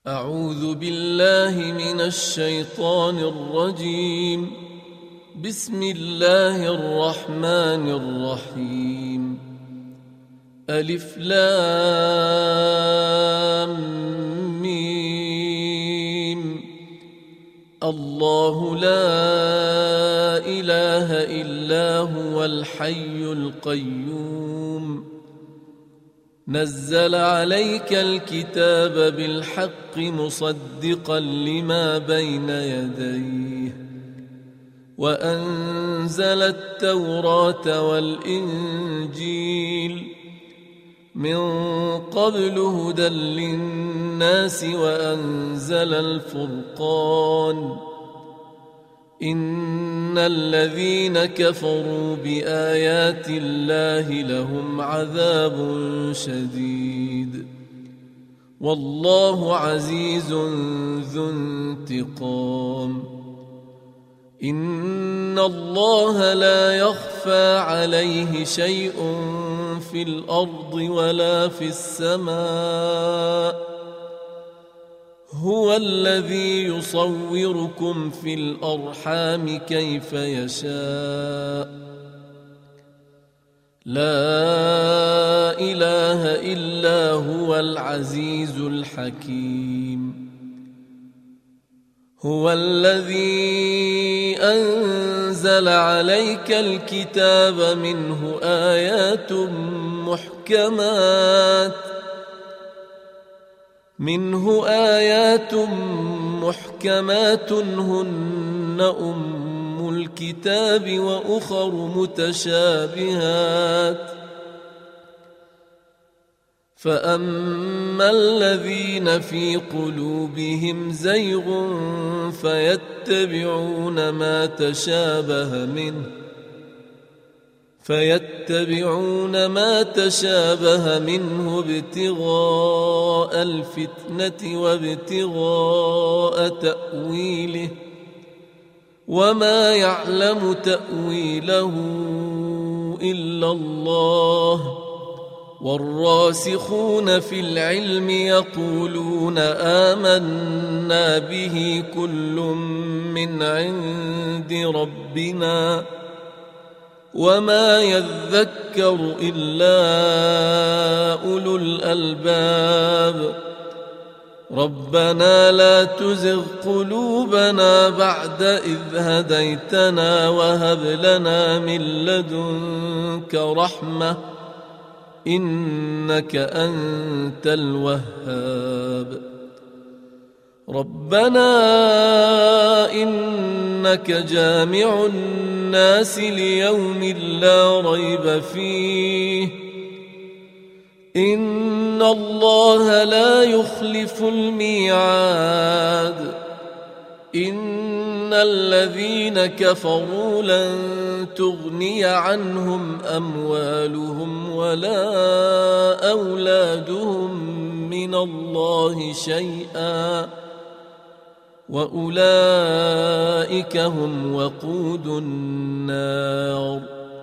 أعوذ بالله من الشيطان الرجيم. بسم الله الرحمن الرحيم. ألف لام ميم. الله لا إله إلا هو الحي القيوم. نزل عليك الكتاب بالحق مصدقا لما بين يديه وأنزل التوراة والإنجيل من قبل هدى للناس وأنزل الفرقان. إن الذين كفروا بآيات الله لهم عذاب شديد والله عزيز ذو انتقام. إن الله لا يخفى عليه شيء في الأرض ولا في السماء. هو الذي يصوركم في الأرحام كيف يشاء. لا إله إلا هو العزيز الحكيم. هو الذي أنزل عليك الكتاب منه آيات محكمات هن أم الكتاب وأخر متشابهات. فأما الذين في قلوبهم زيغ فيتبعون ما تشابه منه ابتغاء الفتنة وابتغاء تأويله وما يعلم تأويله إلا الله. والراسخون في العلم يقولون آمنا به كل من عند ربنا وما يذكر إلا أولو الألباب. ربنا لا تزغ قلوبنا بعد إذ هديتنا وهب لنا من لدنك رحمة إنك أنت الوهاب. ربنا إنك جامع الناس ليوم لا ريب فيه إن الله لا يخلف الميعاد. إن الذين كفروا لن تغني عنهم أموالهم ولا أولادهم من الله شيئا وأولئك هم وقود النار.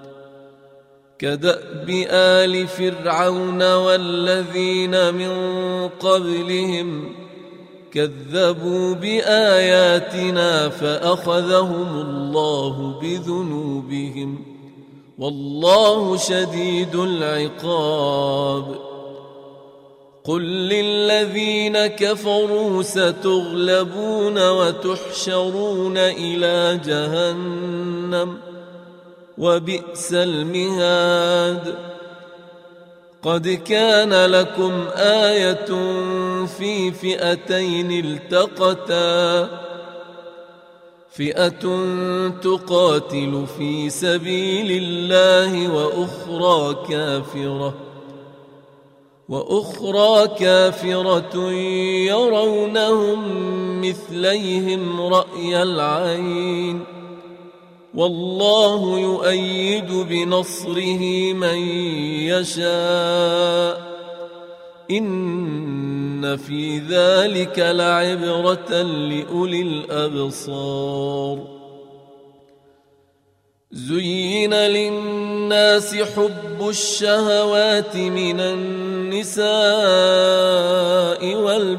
كدأب آل فرعون والذين من قبلهم كذبوا بآياتنا فأخذهم الله بذنوبهم والله شديد العقاب. قل للذين كفروا ستغلبون وتحشرون إلى جهنم وبئس المهاد. قد كان لكم آية في فئتين التقتا فئة تقاتل في سبيل الله وأخرى كافرة يرونهم مثليهم رأي العين والله يؤيد بنصره من يشاء. إن في ذلك لعبرة لأولي الأبصار. زين للناس حب الشهوات من النساء النساء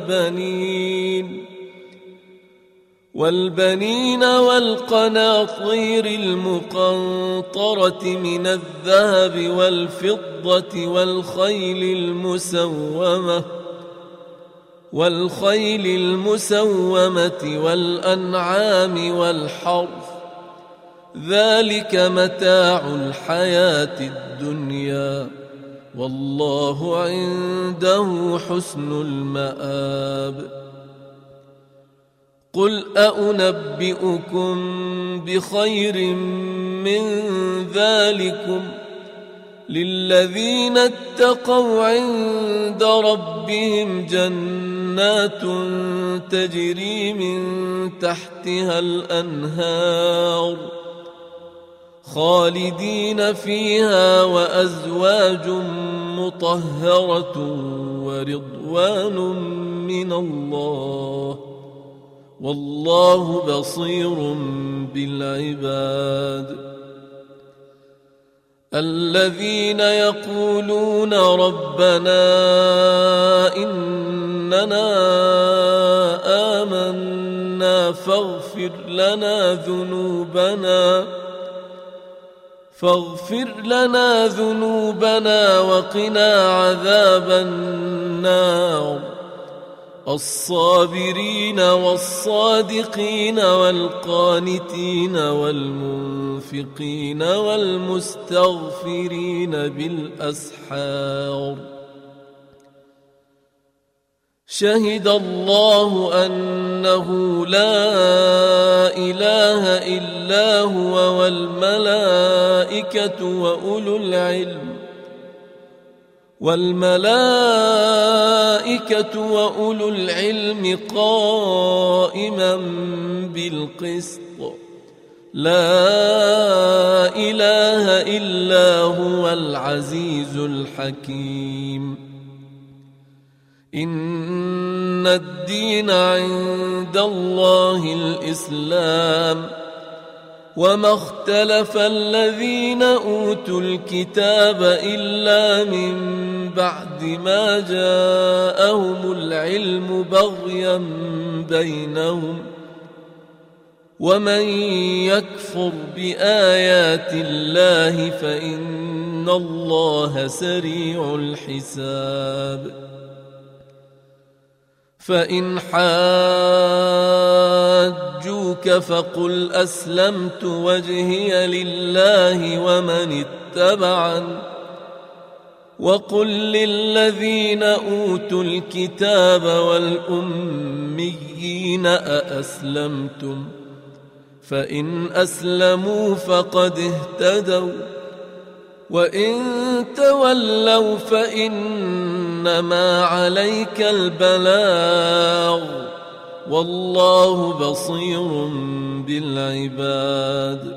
والبنين والقناطير المقنطرة من الذهب والفضة والخيل المسومة والأنعام والحرث، ذلك متاع الحياة الدنيا، والله عنده حسن المآب. قل أنبئكم بخير من ذلكم للذين اتقوا عند ربهم جنات تجري من تحتها الأنهار خالدين فيها وأزواج مطهرة ورضوان من الله، والله بصير بالعباد. الذين يقولون ربنا إننا آمنا فاغفر لنا ذنوبنا وقنا عذاب النار. الصابرين والصادقين والقانتين والمنفقين والمستغفرين بالأسحار. شهد الله أنه لا إله إلا هو والملائكة وأولو العلم قائما بالقسط، لا إله إلا هو العزيز الحكيم. إن الدين عند الله الإسلام، وما اختلف الذين أوتوا الكتاب إلا من بعد ما جاءهم العلم بغيا بينهم، ومن يكفر بآيات الله فإن الله سريع الحساب. فإن حاجوك فقل أسلمت وجهي لله ومن اتبعني، وقل للذين أوتوا الكتاب والأميين أأسلمتم؟ فإن أسلموا فقد اهتدوا، وإن تولوا فإنما عليك البلاغ، والله بصير بالعباد.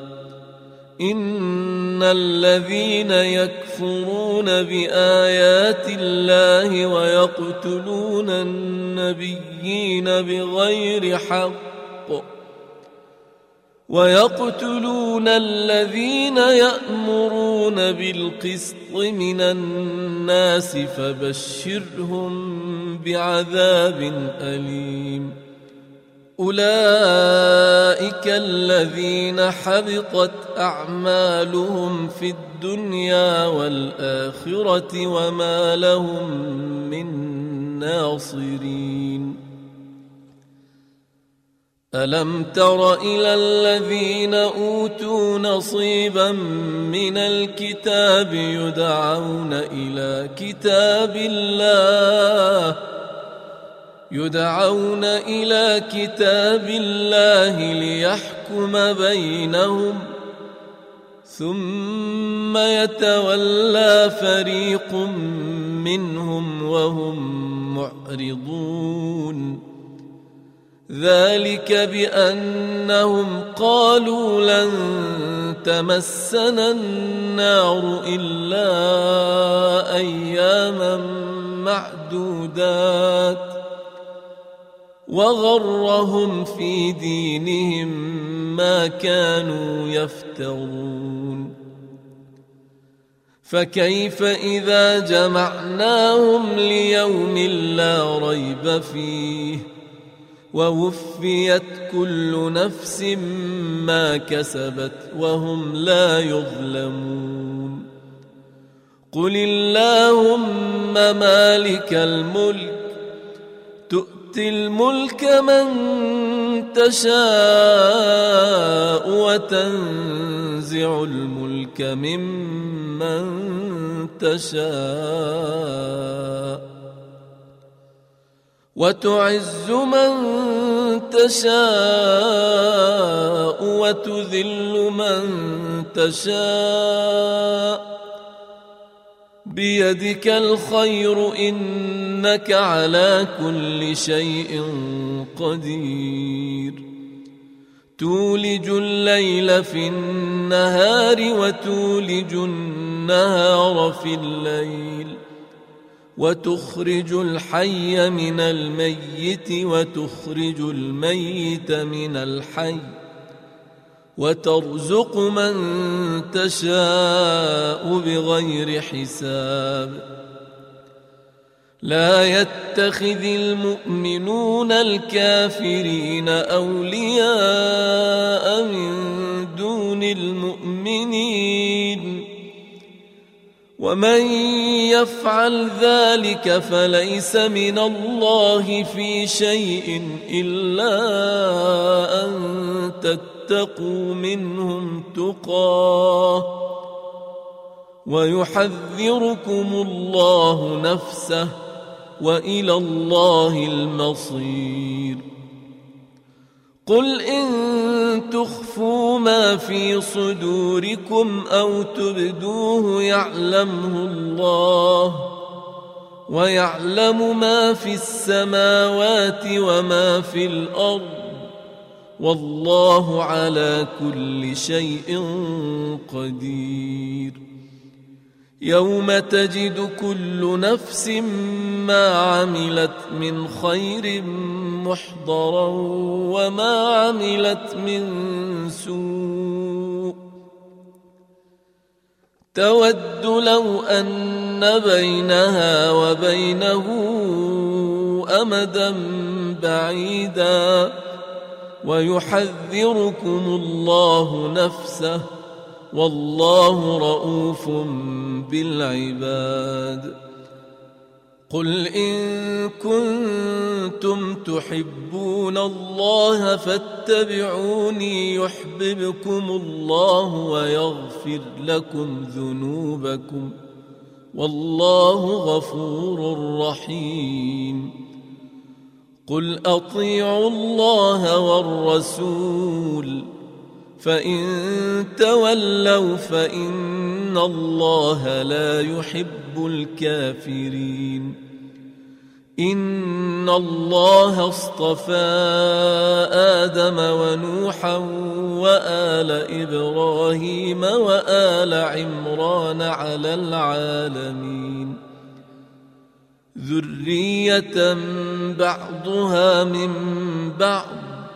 إن الذين يكفرون بآيات الله ويقتلون النبيين بغير حق ويقتلون الذين يأمرون بالقسط من الناس فبشرهم بعذاب أليم. أولئك الذين حبطت أعمالهم في الدنيا والآخرة وما لهم من ناصرين. ألم تر إلى الذين أوتوا نصيبا من الكتاب يدعون إلى كتاب الله ليحكم بينهم ثم يتولى فريق منهم وهم معرضون. ذلك بأنهم قالوا لن تمسنا النار إلا أياما معدودات وغرهم في دينهم ما كانوا يفترون. فكيف إذا جمعناهم ليوم لا ريب فيه ووفيت كل نفس ما كسبت وهم لا يظلمون قل اللهم مالك الملك تؤتي الملك من تشاء وتنزع الملك ممن تشاء وتعز من تشاء وتذل من تشاء بيدك الخير إنك على كل شيء قدير تولج الليل في النهار وتولج النهار في الليل وتخرج الحي من الميت وتخرج الميت من الحي وترزق من تشاء بغير حساب لا يتخذ المؤمنون الكافرين أولياء من دون المؤمنين ومن يفعل ذلك فليس من الله في شيء إلا أن تتقوا منهم تقاه ويحذركم الله نفسه وإلى الله المصير قل إن تخفوا ما في صدوركم أو تبدوه يعلمه الله ويعلم ما في السماوات وما في الأرض والله على كل شيء قدير يوم تجد كل نفس ما عملت من خير محضرا وما عملت من سوء تود لو أن بينها وبينه أمدا بعيدا ويحذركم الله نفسه والله رؤوف بالعباد قل إن كنتم تحبون الله فاتبعوني يحببكم الله ويغفر لكم ذنوبكم والله غفور رحيم قل أطيعوا الله والرسول فإن تولوا فإن الله لا يحب الكافرين إن الله اصطفى آدم ونوحا وآل إبراهيم وآل عمران على العالمين ذرية بعضها من بعض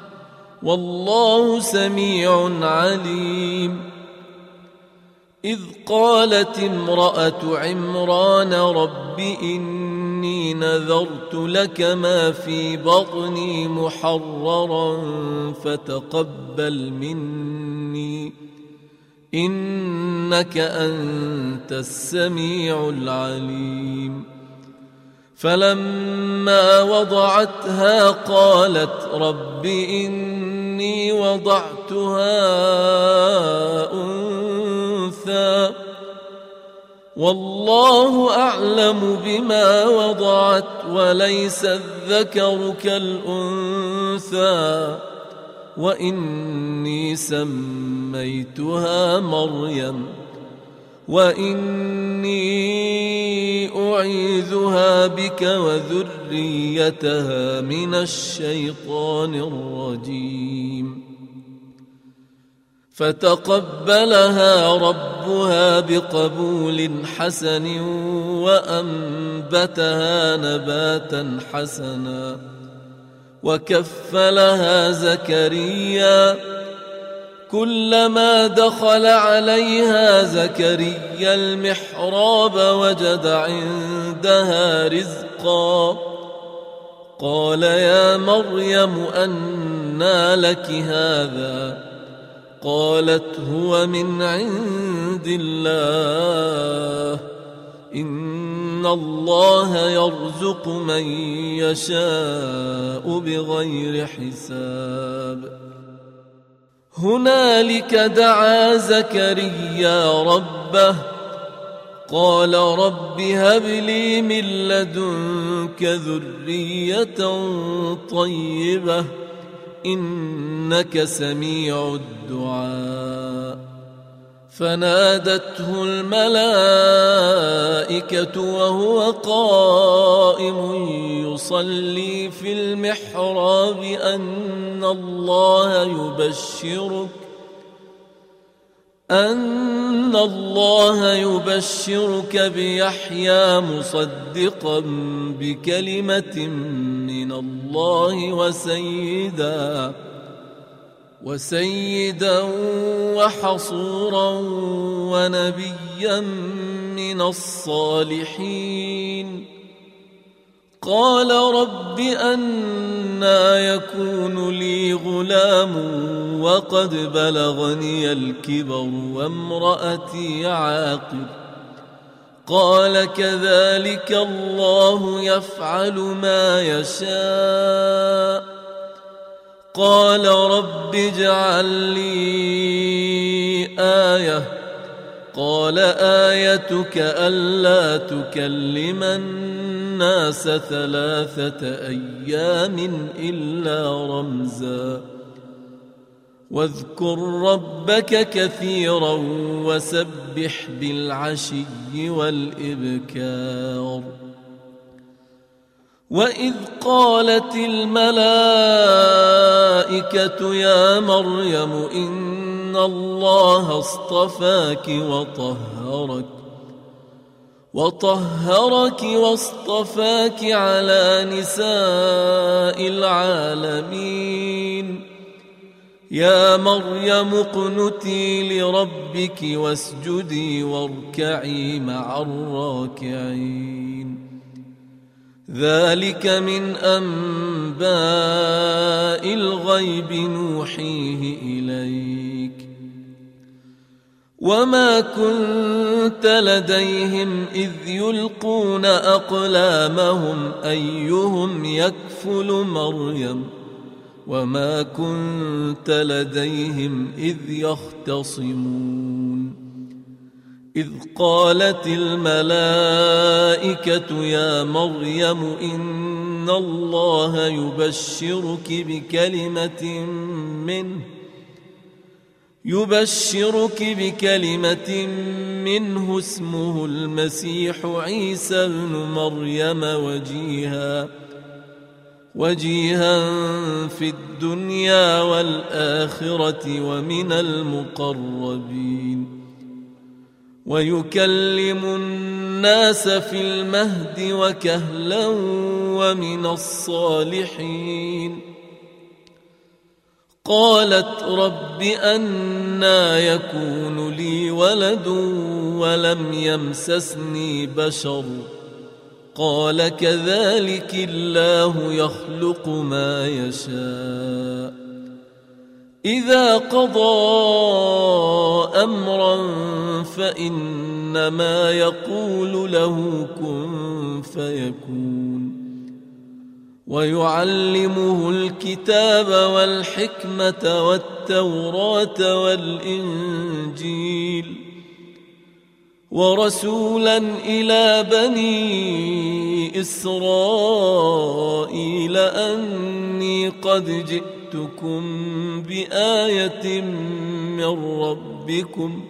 والله سميع عليم إذ قالت امرأة عمران رب إني نذرت لك ما في بطني محررا فتقبل مني إنك أنت السميع العليم فلما وضعتها قالت رب إني وضعتها أنثى والله أعلم بما وضعت وليس الذكر كالأنثى وإني سميتها مريم وإني أعيذها بك وذريتها من الشيطان الرجيم فتقبلها ربها بقبول حسن وأنبتها نباتا حسنا وكفلها زكريا كلما دخل عليها زكريا المحراب وجد عندها رزقا قال يا مريم أنى لك هذا قالت هو من عند الله إن الله يرزق من يشاء بغير حساب. هنالك دعا زكريا ربه قال رب هب لي من لدنك ذرية طيبة إنك سميع الدعاء. فنادته الملائكة وهو قائم يصلي في المحراب أن الله يبشرك بيحيى مصدقا بكلمة من الله وسيدا وحصورا ونبيا من الصالحين. قال رب أنى يكون لي غلام وقد بلغني الكبر وامرأتي عاقر قال كذلك الله يفعل ما يشاء. قال رب اجعل لي آية قال آيتك ألا تكلم الناس 3 أيام إلا رمزا واذكر ربك كثيرا وسبح بالعشي والإبكار. وإذ قالت الملائكة يا مريم إن الله اصطفاك وطهرك واصطفاك على نساء العالمين. يا مريم اقنتي لربك واسجدي واركعي مع الراكعين. ذلك من أنباء الغيب نوحيه إليك وما كنت لديهم إذ يلقون أقلامهم أيهم يكفل مريم وما كنت لديهم إذ يختصمون. إذ قالت الملائكة يا مريم إن الله يبشرك بكلمة منه اسمه المسيح عيسى ابن مريم وجيها في الدنيا والآخرة ومن المقربين ويكلم الناس في المهد وكهلا ومن الصالحين. قالت رب أنى يكون لي ولد ولم يمسسني بشر قال كذلك الله يخلق ما يشاء إذا قضى أمرا فإنما يقول له كن فيكون. ويعلمه الكتاب والحكمة والتوراة والإنجيل ورسولا إلى بني إسرائيل أني قد جئتكم بآية من ربكم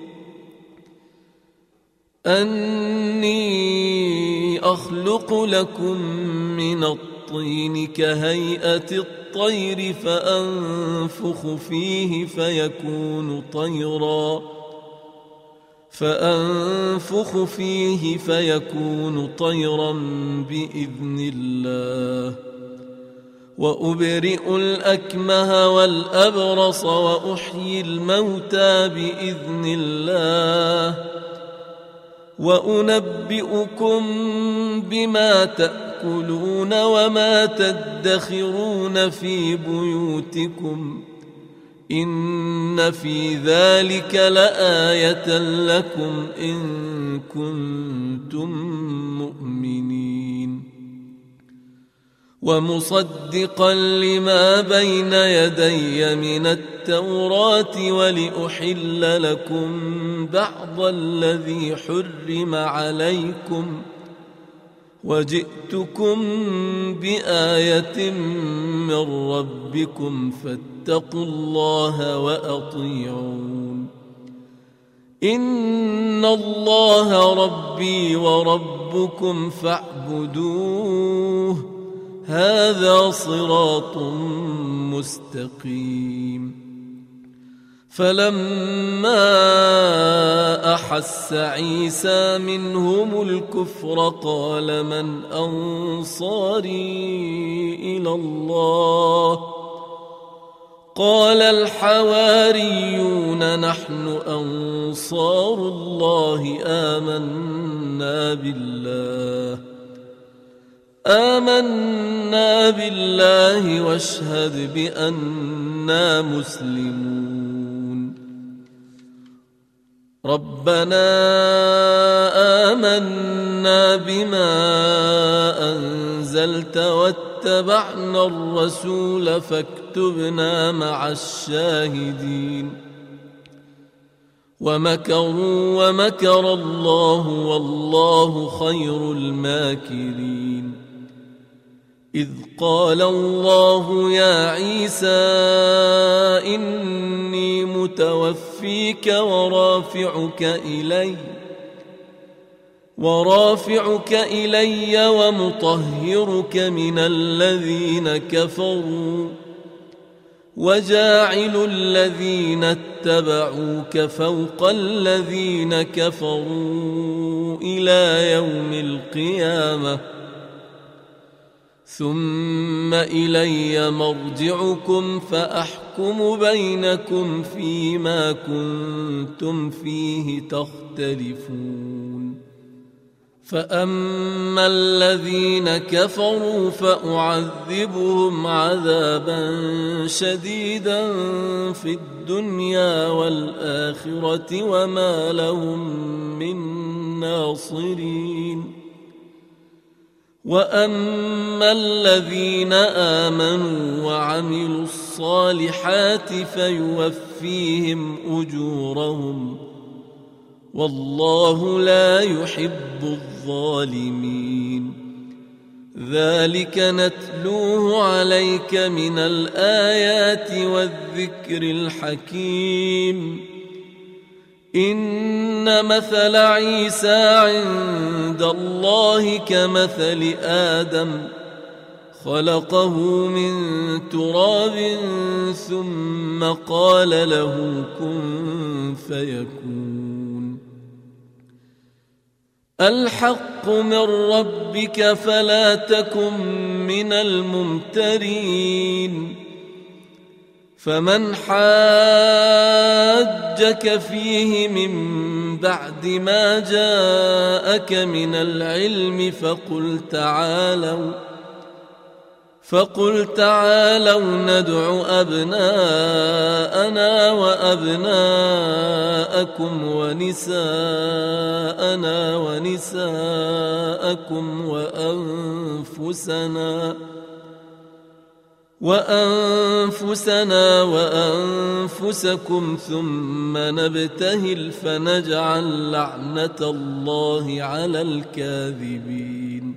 أني أخلق لكم من الطين كهيئة الطير فأنفخ فيه فيكون طيرا بإذن الله وأبرئ الأكمه والأبرص وأحيي الموتى بإذن الله وأنبئكم بما تأكلون وما تدخرون في بيوتكم إن في ذلك لآية لكم إن كنتم مؤمنين ومصدقا لما بين يدي من التوراة ولأحل لكم بعض الذي حرم عليكم وجئتكم بآية من ربكم فاتقوا الله وأطيعون إن الله ربي وربكم فاعبدوه هذا صراط مستقيم فلما أحس عيسى منهم الكفر قال من أنصاري إلى الله قال الحواريون نحن أنصار الله آمنا بالله واشهد بأننا مسلمون ربنا آمنا بما أنزلت واتبعنا الرسول فاكتبنا مع الشاهدين ومكروا ومكر الله والله خير الماكرين إذ قال الله يا عيسى إني متوفيك ورافعك إلي ومطهرك من الذين كفروا وجاعل الذين اتبعوك فوق الذين كفروا إلى يوم القيامة ثم إلي مرجعكم فأحكم بينكم فيما كنتم فيه تختلفون فأما الذين كفروا فأعذبهم عذابا شديدا في الدنيا والآخرة وما لهم من ناصرين وأما الذين آمنوا وعملوا الصالحات فيوفيهم أجورهم والله لا يحب الظالمين ذلك نتلوه عليك من الآيات والذكر الحكيم إن مثل عيسى عند الله كمثل آدم خلقه من تراب ثم قال له كن فيكون الحق من ربك فلا تكن من الممترين فمن حاجك فيه من بعد ما جاءك من العلم فقل تعالوا ندع أبناءنا وأبناءكم ونساءنا ونساءكم وأنفسنا وأنفسكم ثم نبتهل فنجعل لعنة الله على الكاذبين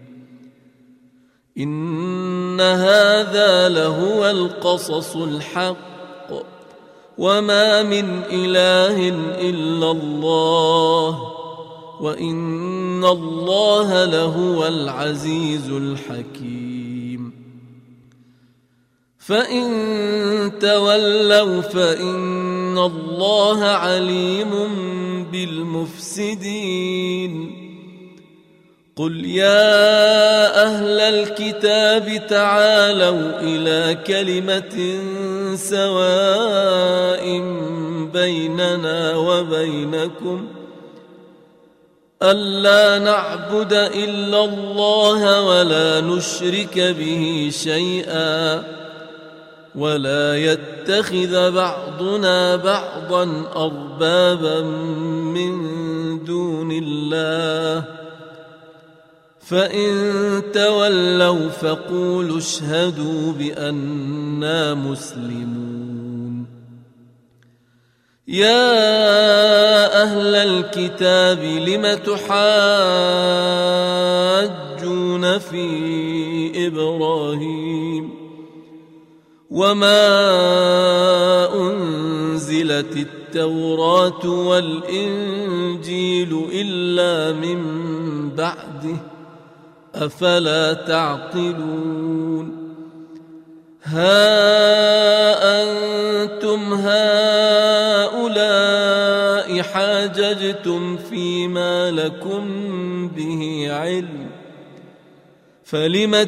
إن هذا لهو القصص الحق وما من إله إلا الله وإن الله لهو العزيز الحكيم فإن تولوا فإن الله عليم بالمفسدين قل يا أهل الكتاب تعالوا إلى كلمة سواء بيننا وبينكم ألا نعبد إلا الله ولا نشرك به شيئا ولا يتخذ بعضنا بعضا أربابا من دون الله فإن تولوا فقولوا اشهدوا بأننا مسلمون. يا أهل الكتاب لم تحاجون في إبراهيم وما أنزلت التوراة والإنجيل إلا من بعده أفلا تعقلون. ها أنتم هؤلاء حاججتم فيما لكم به علم فلم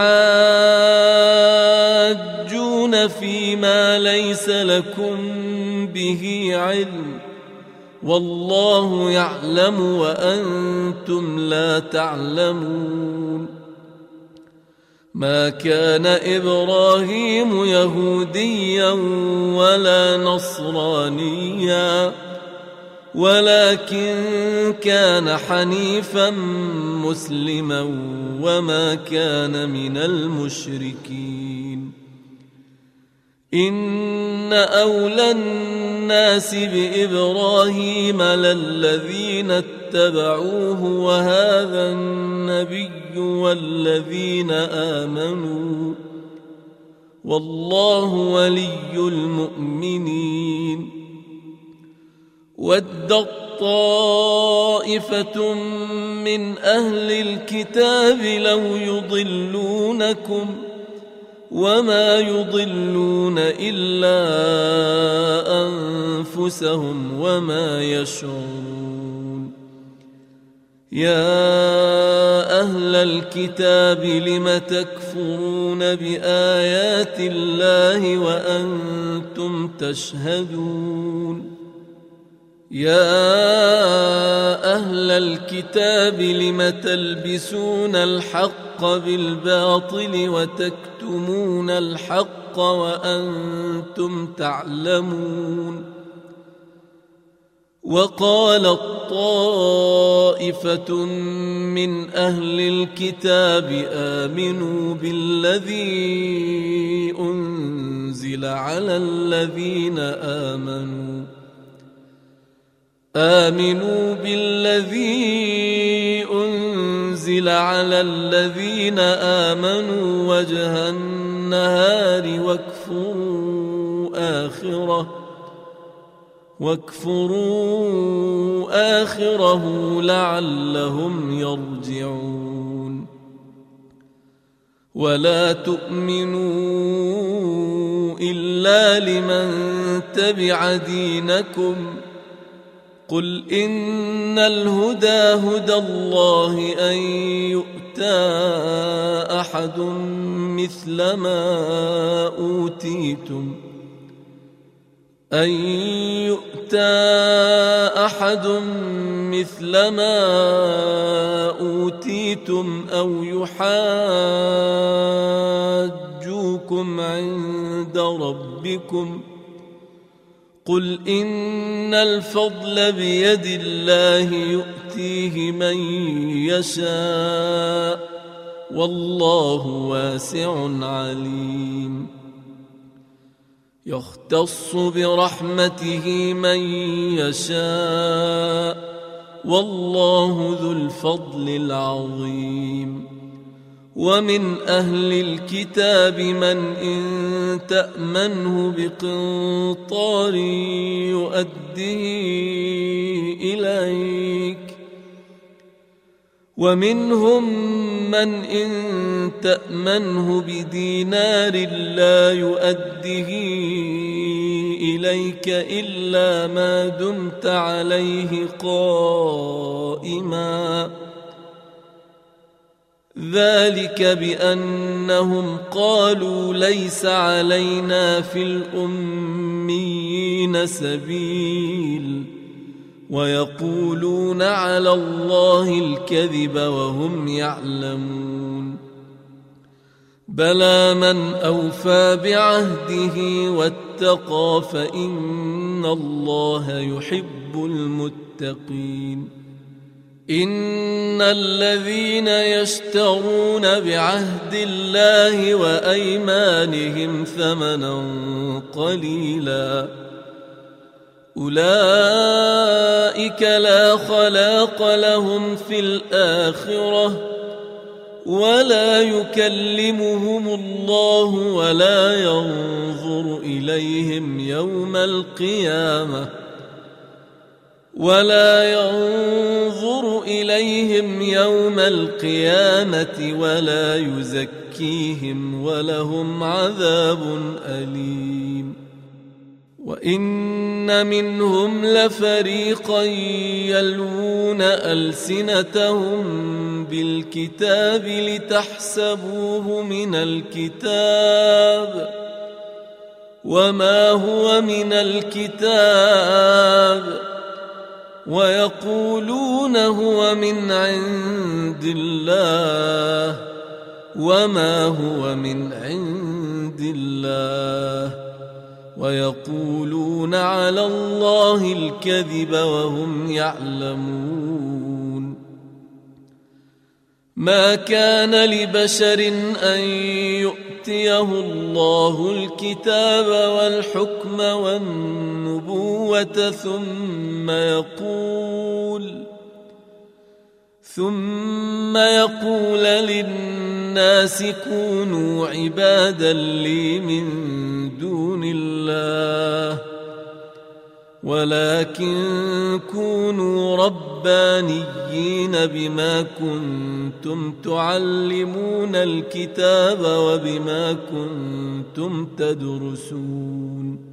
تحاجون فيما ليس لكم به علم والله يعلم وأنتم لا تعلمون. ما كان إبراهيم يهوديا ولا نصرانيا ولكن كان حنيفا مسلما وما كان من المشركين. إن أولى الناس بإبراهيم للذين اتبعوه وهذا النبي والذين آمنوا والله ولي المؤمنين. ودت طائفة من أهل الكتاب لو يضلونكم وما يضلون إلا أنفسهم وما يشعرون. يا أهل الكتاب لم تكفرون بآيات الله وأنتم تشهدون. يا أهل الكتاب لم تلبسون الحق بالباطل وتكتمون الحق وأنتم تعلمون. وقالت طائفة من أهل الكتاب آمنوا بالذي أنزل على الذين آمنوا وجه النهار واكفروا آخره لعلهم يرجعون. ولا تؤمنوا إلا لمن تبع دينكم قل إن الهدى هدى الله أن يؤتى أحد مثل ما أوتيتم أو يحاجوكم عند ربكم قل إن الفضل بيد الله يؤتيه من يشاء والله واسع عليم. يختص برحمته من يشاء والله ذو الفضل العظيم. ومن أهل الكتاب من إن تأمنه بقنطار يؤديه إليك ومنهم من إن تأمنه بدينار لا يؤديه إليك إلا ما دمت عليه قائما ذلك بأنهم قالوا ليس علينا في الأميين سبيل ويقولون على الله الكذب وهم يعلمون بلى من أوفى بعهده واتقى فإن الله يحب المتقين إن الذين يشترون بعهد الله وأيمانهم ثمنا قليلا أولئك لا خلاق لهم في الآخرة ولا يكلمهم الله ولا ينظر إليهم يوم القيامة ولا يزكيهم ولهم عذاب أليم وإن منهم لفريقا يلوون ألسنتهم بالكتاب لتحسبوه من الكتاب وما هو من الكتاب ويقولون هو من عند الله وما هو من عند الله ويقولون على الله الكذب وهم يعلمون ما كان لبشر أن يؤتيه الله الكتاب والحكم والنبوة ثم يقول للناس كونوا عبادا لي من دون الله ولكن كونوا ربانيين بما كنتم تعلمون الكتاب وبما كنتم تدرسون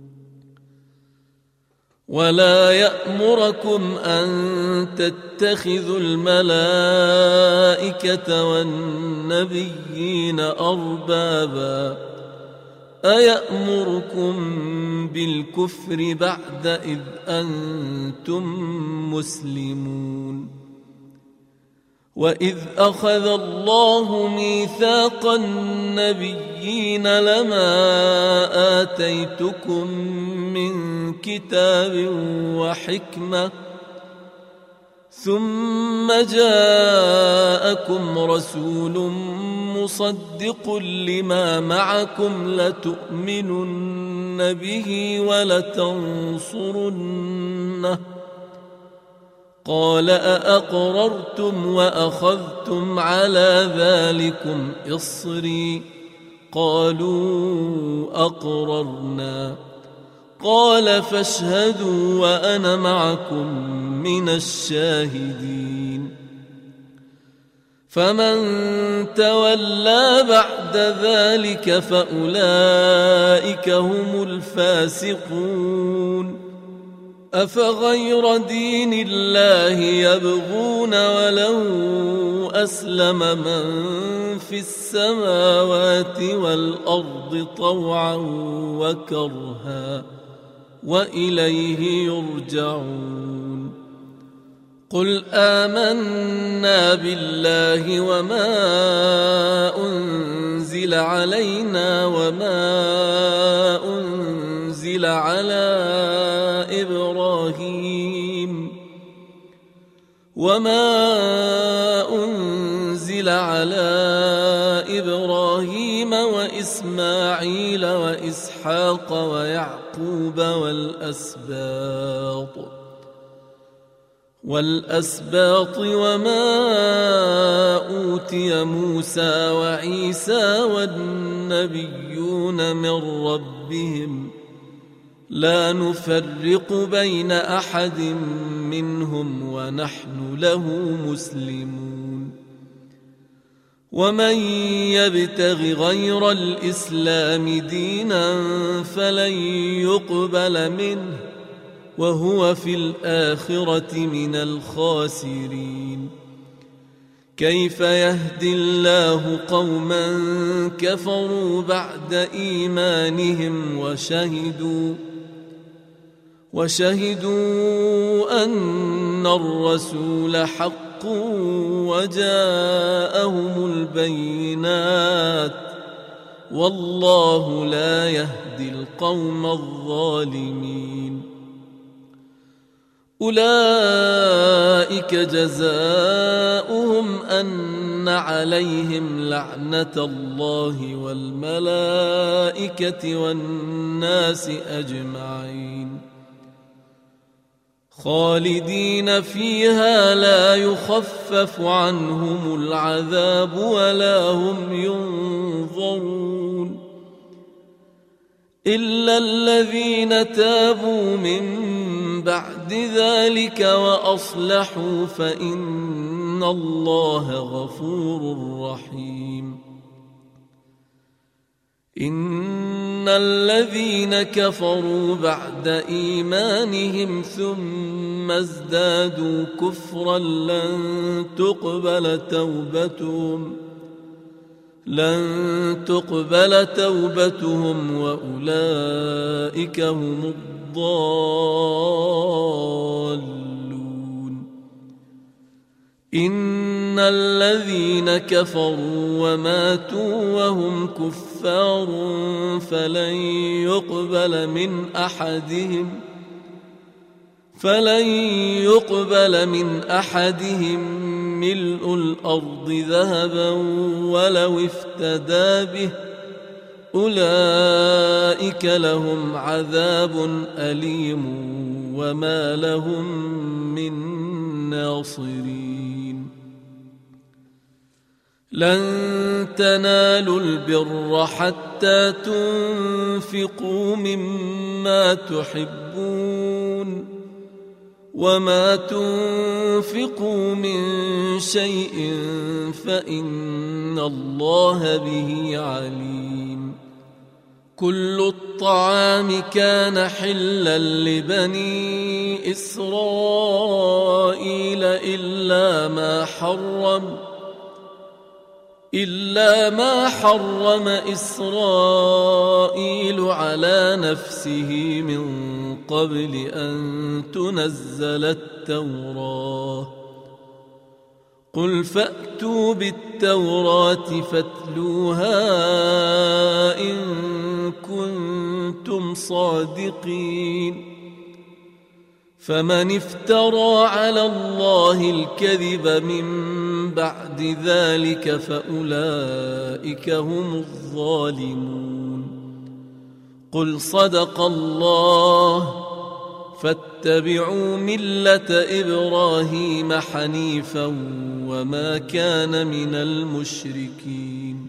ولا يأمركم أن تتخذوا الملائكة والنبيين أربابا أيأمركم بالكفر بعد إذ أنتم مسلمون وإذ أخذ الله ميثاق النبيين لما آتيتكم من كتاب وحكمة ثم جاءكم رسول مصدق لما معكم لتؤمنن به ولتنصرنه قال أأقررتم وأخذتم على ذلكم إصري قالوا أقررنا قال فاشهدوا وأنا معكم من الشاهدين فمن تولى بعد ذلك فأولئك هم الفاسقون أفغير دين الله يبغون وله أسلم من في السماوات والأرض طوعا وكرها وإليه يرجعون قل آمنا بالله وما أنزل علينا وما أنزل على إبراهيم وإسماعيل وإسحاق ويعقوب والأسباط وما أوتي موسى وعيسى والنبيون من ربهم لا نفرق بين أحد منهم ونحن له مسلمون ومن يبتغ غير الإسلام دينا فلن يقبل منه وهو في الآخرة من الخاسرين كيف يهدي الله قوما كفروا بعد إيمانهم وشهدوا أن الرسول حق وجاءهم البينات والله لا يهدي القوم الظالمين. أولئك جزاؤهم أن عليهم لعنة الله والملائكة والناس أجمعين خالدين فيها لا يخفف عنهم العذاب ولا هم ينظرون إلا الذين تابوا من بعد ذلك وأصلحوا فإن الله غفور رحيم. إن الذين كفروا بعد إيمانهم ثم ازدادوا كفرا لن تقبل توبتهم وأولئك هم الضالون. إن الذين كفروا وماتوا وهم كفار فلن يقبل من أحدهم ملء الأرض ذهبا ولو افتدى به أولئك لهم عذاب أليم وما لهم من ناصرين. لن تنالوا البر حتى تنفقوا مما تحبون وما تنفقوا من شيء فإن الله به عليم. كل الطعام كان حلا لبني إسرائيل إلا ما حرم إسرائيل على نفسه من قبل أن تنزل التوراة. قل فأتوا بالتوراة فاتلوها إن كنتم صادقين. فمن افترى على الله الكذب من بعد ذلك فأولئك هم الظالمون. قل صدق الله فاتبعوا ملة إبراهيم حنيفا وما كان من المشركين.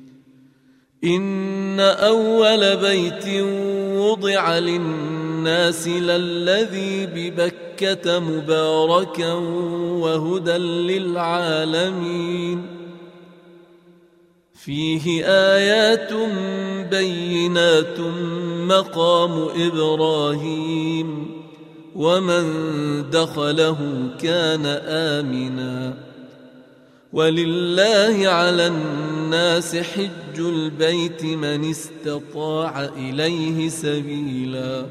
إن أول بيت وضع للناس للذي ببكة مباركا وهدى للعالمين فيه آيات بينات مقام إبراهيم ومن دخله كان آمنا ولله على الناس حج البيت من استطاع إليه سبيلا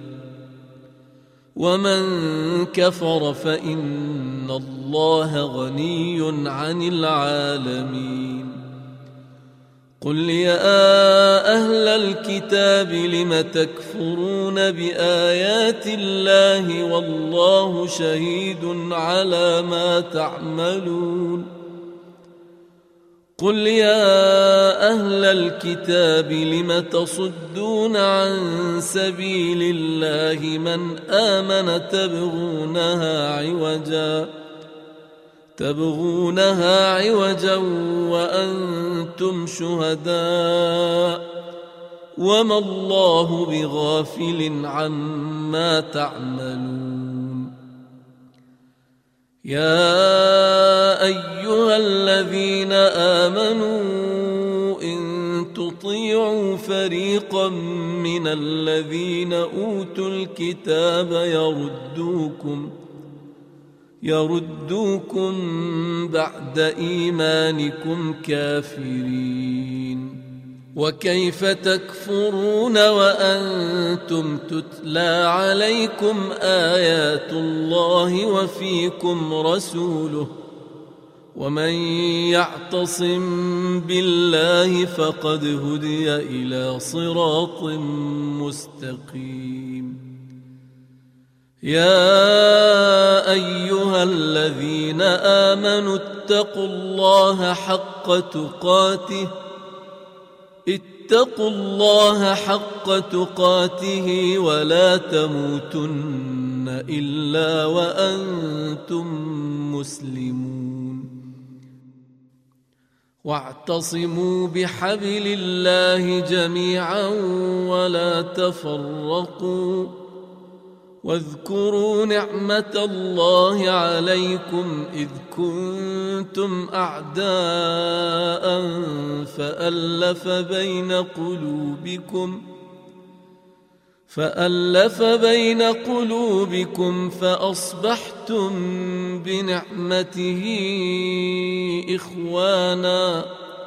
ومن كفر فإن الله غني عن العالمين. قل يا أهل الكتاب لم تكفرون بآيات الله والله شهيد على ما تعملون. قل يا أهل الكتاب لم تصدون عن سبيل الله من آمن تبغونها عوجا وأنتم شهداء وما الله بغافل عما تعملون. يا أيها الذين آمنوا إن تطيعوا فريقا من الذين أوتوا الكتاب يردوكم بعد إيمانكم كافرين. وكيف تكفرون وأنتم تتلى عليكم آيات الله وفيكم رسوله ومن يعتصم بالله فقد هدي إلى صراط مستقيم. يا أيها الذين آمنوا اتقوا الله حق تقاته ولا تموتن إلا وأنتم مسلمون. واعتصموا بحبل الله جميعا ولا تفرقوا واذكروا نعمة الله عليكم إذ كنتم أعداء فألف بين قلوبكم فأصبحتم بنعمته إخوانا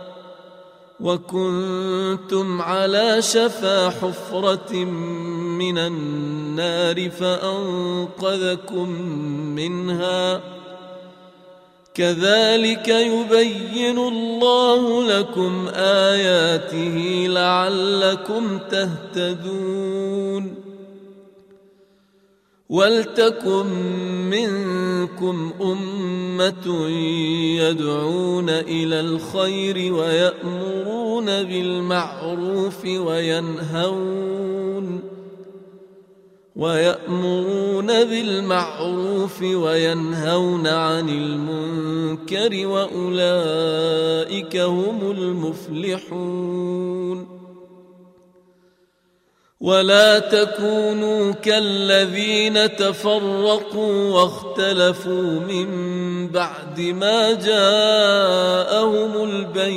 وكنتم على شفا حفرة من النار فأنقذكم منها. كذلك يبين الله لكم آياته لعلكم تهتدون. ولتكن منكم أمة يدعون إلى الخير ويأمرون بالمعروف وينهون عن المنكر وأولئك هم المفلحون. ولا تكونوا كالذين تفرقوا واختلفوا من بعد ما جاءهم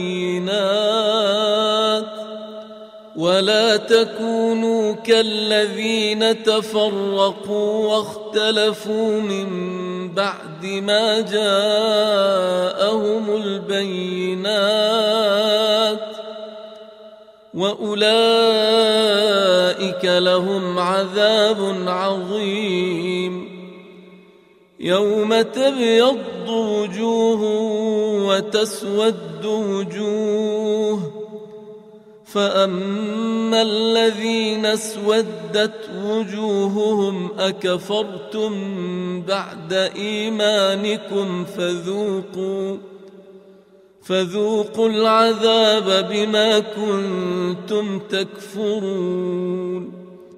البينات وأولئك لهم عذاب عظيم. يوم تبيض وجوه وتسود وجوه فأما الذين اسودت وجوههم أكفرتم بعد إيمانكم فذوقوا العذاب بما كنتم تكفرون.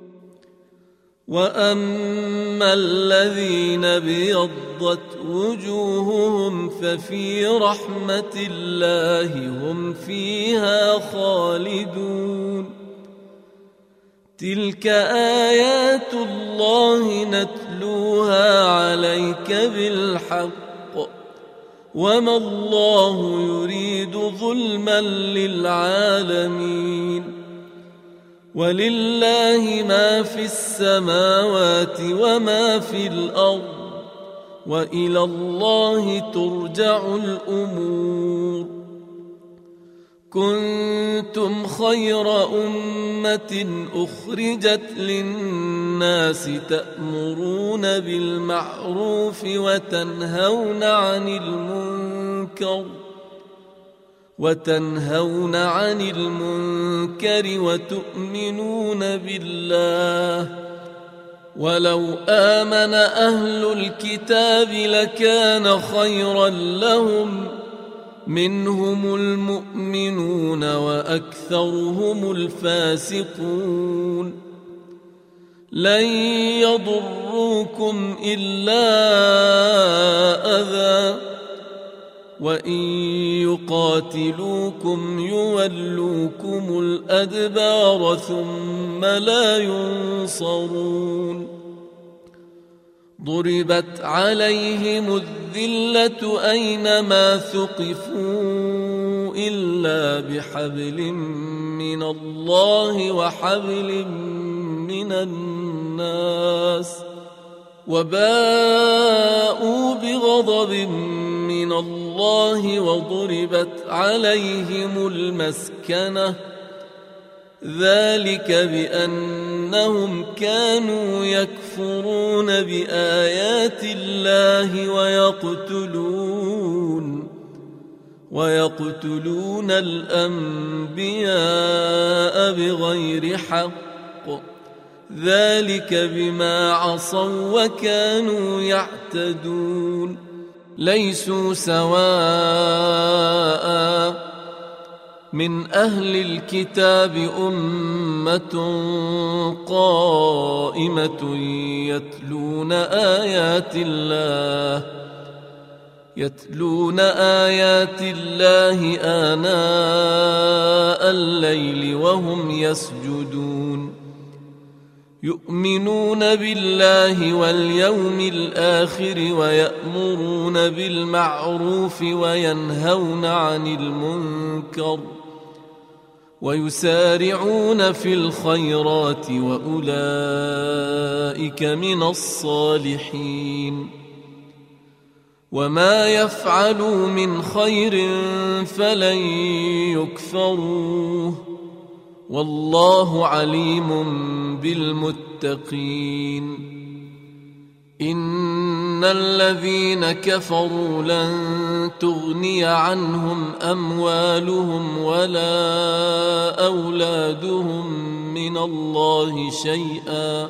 وأما الذين ابيضت وجوههم ففي رحمة الله هم فيها خالدون. تلك آيات الله نتلوها عليك بالحق وما الله يريد ظلما للعالمين. ولله ما في السماوات وما في الأرض وإلى الله ترجع الأمور. كنتم خير أمة أخرجت للناس تأمرون بالمعروف وتنهون عن المنكر وتؤمنون بالله. ولو آمن أهل الكتاب لكان خيرا لهم منهم المؤمنون وأكثرهم الفاسقون. لن يضروكم إلا أذى وإن يقاتلوكم يولوكم الأدبار ثم لا ينصرون. ضربت عليهم الذلة أينما ثقفوا إلا بحبل من الله وحبل من الناس وباءوا بغضب من الله وضربت عليهم المسكنة ذلك بأنهم كانوا يكفرون بآيات الله ويقتلون الأنبياء بغير حق ذلك بما عصوا وكانوا يعتدون ليسوا سواء من أهل الكتاب أمة قائمة يتلون آيات الله آناء الليل وهم يسجدون يؤمنون بالله واليوم الآخر ويأمرون بالمعروف وينهون عن المنكر ويسارعون في الخيرات وأولئك من الصالحين وما يفعلوا من خير فلن يكفروه والله عليم بالمتقين إن الذين كفروا لن تغني عنهم أموالهم ولا أولادهم من الله شيئا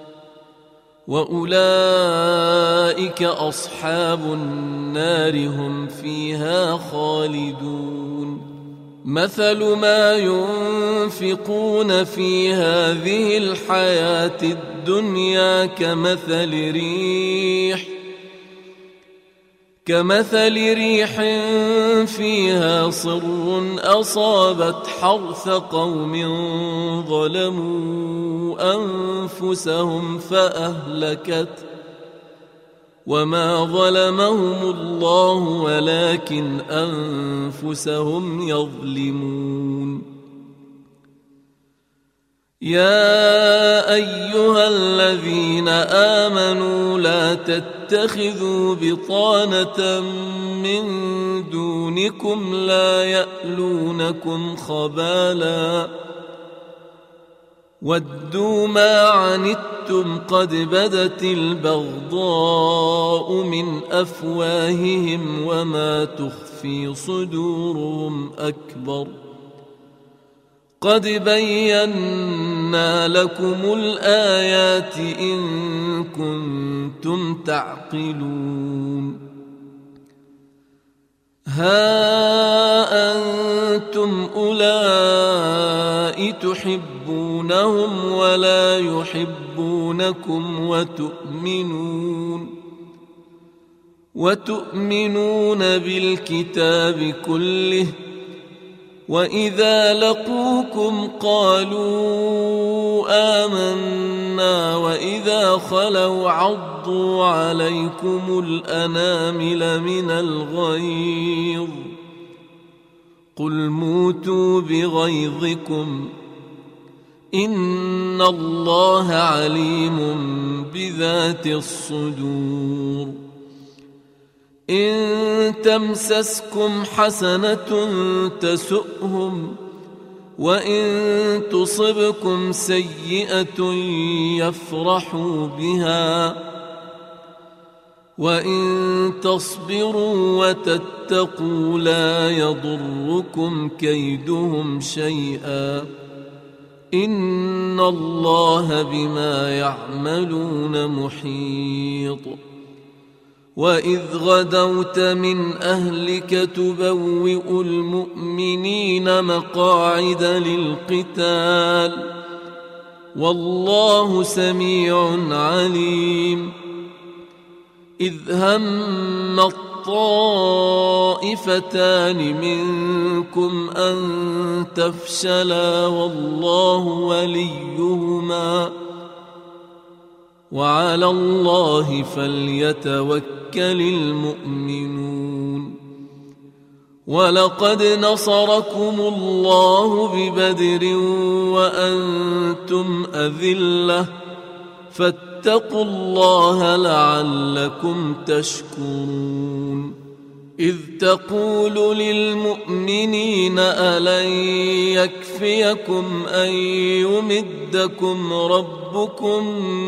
وأولئك أصحاب النار هم فيها خالدون مثل ما ينفقون في هذه الحياة الدنيا كمثل ريح فيها صر أصابت حرث قوم ظلموا أنفسهم فأهلكت وما ظلمهم الله ولكن أنفسهم يظلمون يا أيها الذين آمنوا لا تتخذوا بطانة من دونكم لا يألونكم خبالا ودوا ما عنتم قد بدت البغضاء من أفواههم وما تخفي صدورهم أكبر قد بينا لكم الآيات إن كنتم تعقلون ها أنتم أولئك تحبونهم ولا يحبونكم وتؤمنون بالكتاب كله وإذا لقوكم قالوا آمنا وإذا خلوا عضوا عليكم الأنامل من الغيظ قل موتوا بغيظكم إن الله عليم بذات الصدور إن تمسسكم حسنة تسؤهم وإن تصبكم سيئة يفرحوا بها وإن تصبروا وتتقوا لا يضركم كيدهم شيئا إن الله بما يعملون محيط وإذ غدوت من أهلك تبوئ المؤمنين مقاعد للقتال والله سميع عليم إذ هم الطائفتان منكم أن تفشلا والله وليهما وعلى الله فليتوكل المؤمنون ولقد نصركم الله ببدر وأنتم أذلة واتقوا الله لعلكم تشكرون إذ تقول للمؤمنين ألن يكفيكم أن يمدكم ربكم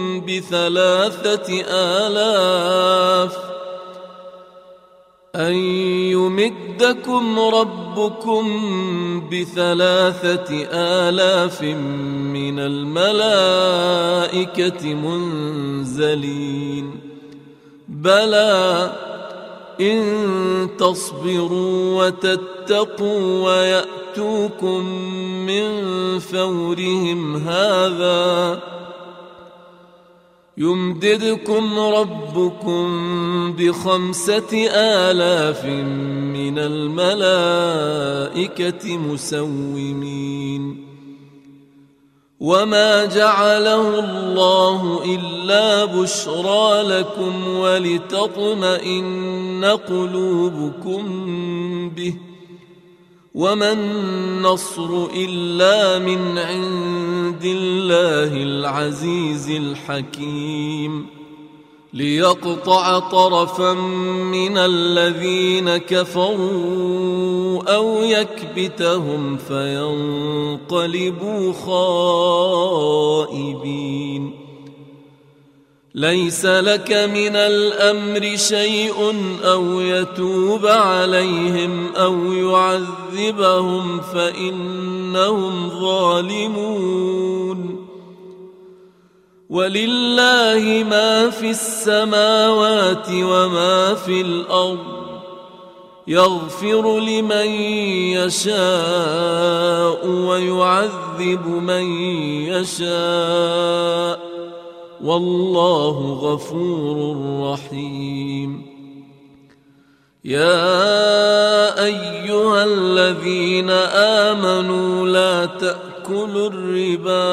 ب3,000 من الملائكة منزلين بلى إن تصبروا وتتقوا ويأتوكم من فورهم هذا يمددكم ربكم ب5,000 من الملائكة مسومين وما جعله الله إلا بشرى لكم ولتطمئن قلوبكم به وما النصر إلا من عند الله العزيز الحكيم ليقطع طرفا من الذين كفروا أو يكبتهم فينقلبوا خائبين ليس لك من الأمر شيء أو يتوب عليهم أو يعذبهم فإنهم ظالمون ولله ما في السماوات وما في الأرض يغفر لمن يشاء ويعذب من يشاء والله غفور رحيم يا أيها الذين آمنوا لا تأكلوا الربا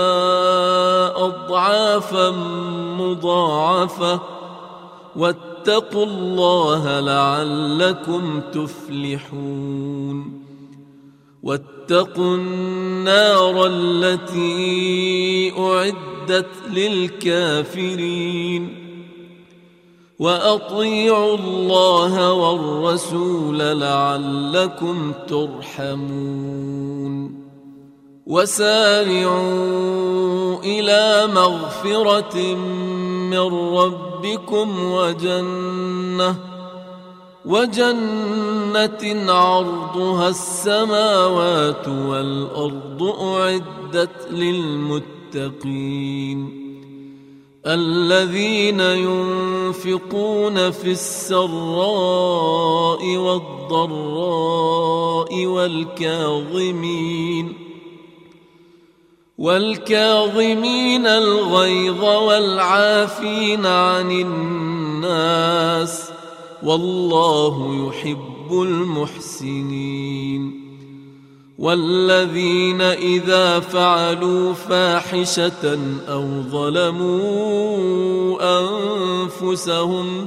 أضعافا مضاعفة واتقوا الله لعلكم تفلحون واتقوا النار التي أعدت للكافرين وأطيعوا الله والرسول لعلكم ترحمون وسارعوا إلى مغفرة من ربكم وجنة عرضها السماوات والأرض أعدت للمتقين الذين ينفقون في السراء والضراء والكاظمين الغيظ والعافين عن الناس والله يحب المحسنين والذين إذا فعلوا فاحشة أو ظلموا أنفسهم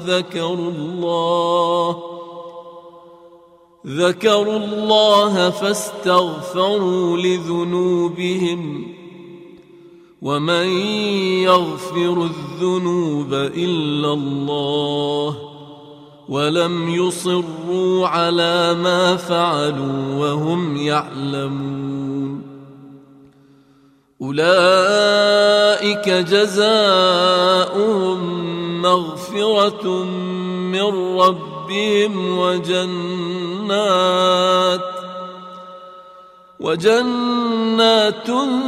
ذكروا الله فاستغفروا لذنوبهم ومن يغفر الذنوب إلا الله ولم يصروا على ما فعلوا وهم يعلمون أولئك جزاؤهم مغفرة من ربهم وجنات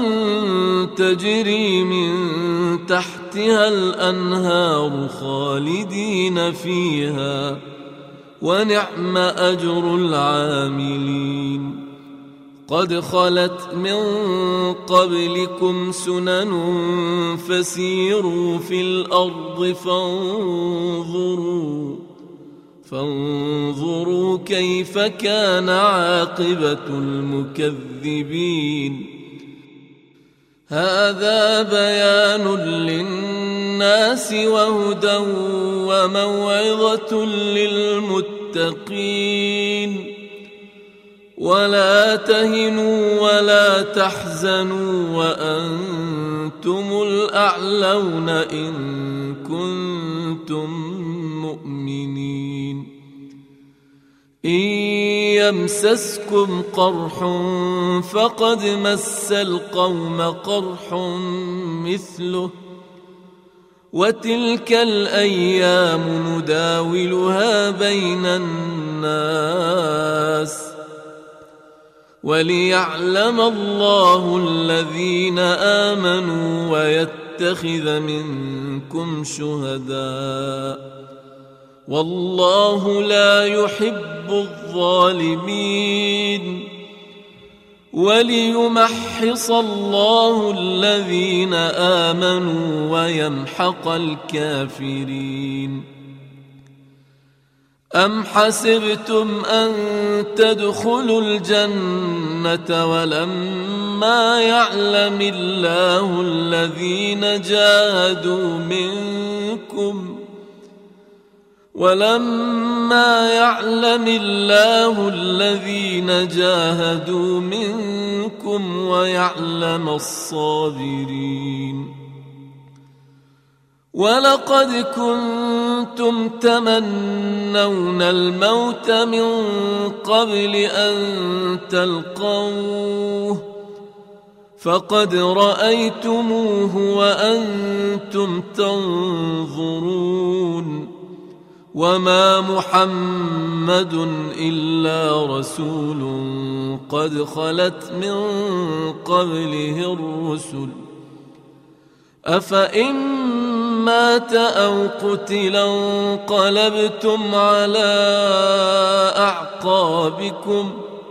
تجري من تحتها الأنهار خالدين فيها ونعم أجر العاملين قد خلت من قبلكم سنن فسيروا في الأرض فانظروا كيف كان عاقبة المكذبين هذا بيان للناس وهدى وموعظة للمتقين ولا تهنوا ولا تحزنوا وأنتم الأعلون إن كنتم مؤمنين إن يمسسكم قرح فقد مس القوم قرح مثله وتلك الأيام نداولها بين الناس وليعلم الله الذين آمنوا ويتخذ منكم شهداء والله لا يحب الظالمين وليمحص الله الذين آمنوا ويمحق الكافرين أم حسبتم أن تدخلوا الجنة ولما يعلم الله الذين جاهدوا منكم ويعلم الصابرين ولقد كنتم تمنون الموت من قبل أن تلقوه فقد رأيتموه وأنتم تنظرون وما محمد إلا رسول قد خلت من قبله الرسل أفإن مات أو قتلا انقلبتم على أعقابكم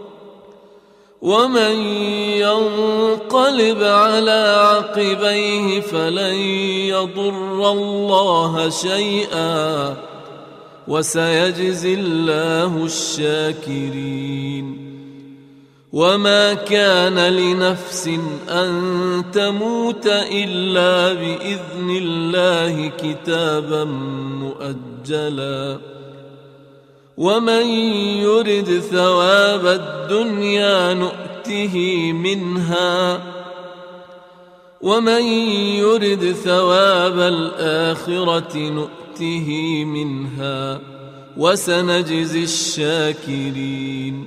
ومن ينقلب على عقبيه فلن يضر الله شيئا وسيجزي الله الشاكرين وما كان لنفس أن تموت إلا بإذن الله كتابا مؤجلا ومن يرد ثواب الدنيا نؤته منها ومن يرد ثواب الآخرة نؤته منها وسنجزي الشاكرين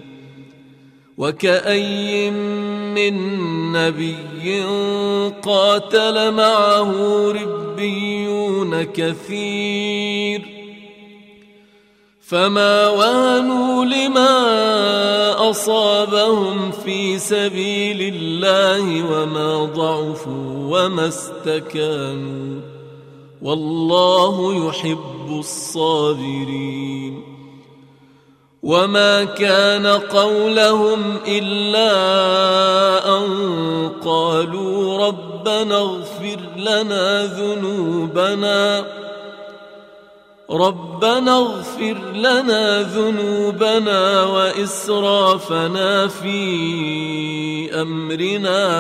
وكأي من نبي قاتل معه ربيون كثير فما وهنوا لما أصابهم في سبيل الله وما ضعفوا وما استكانوا والله يحب الصابرين وما كان قولهم إلا أن قالوا ربنا اغفر لنا ذنوبنا وإسرافنا في أمرنا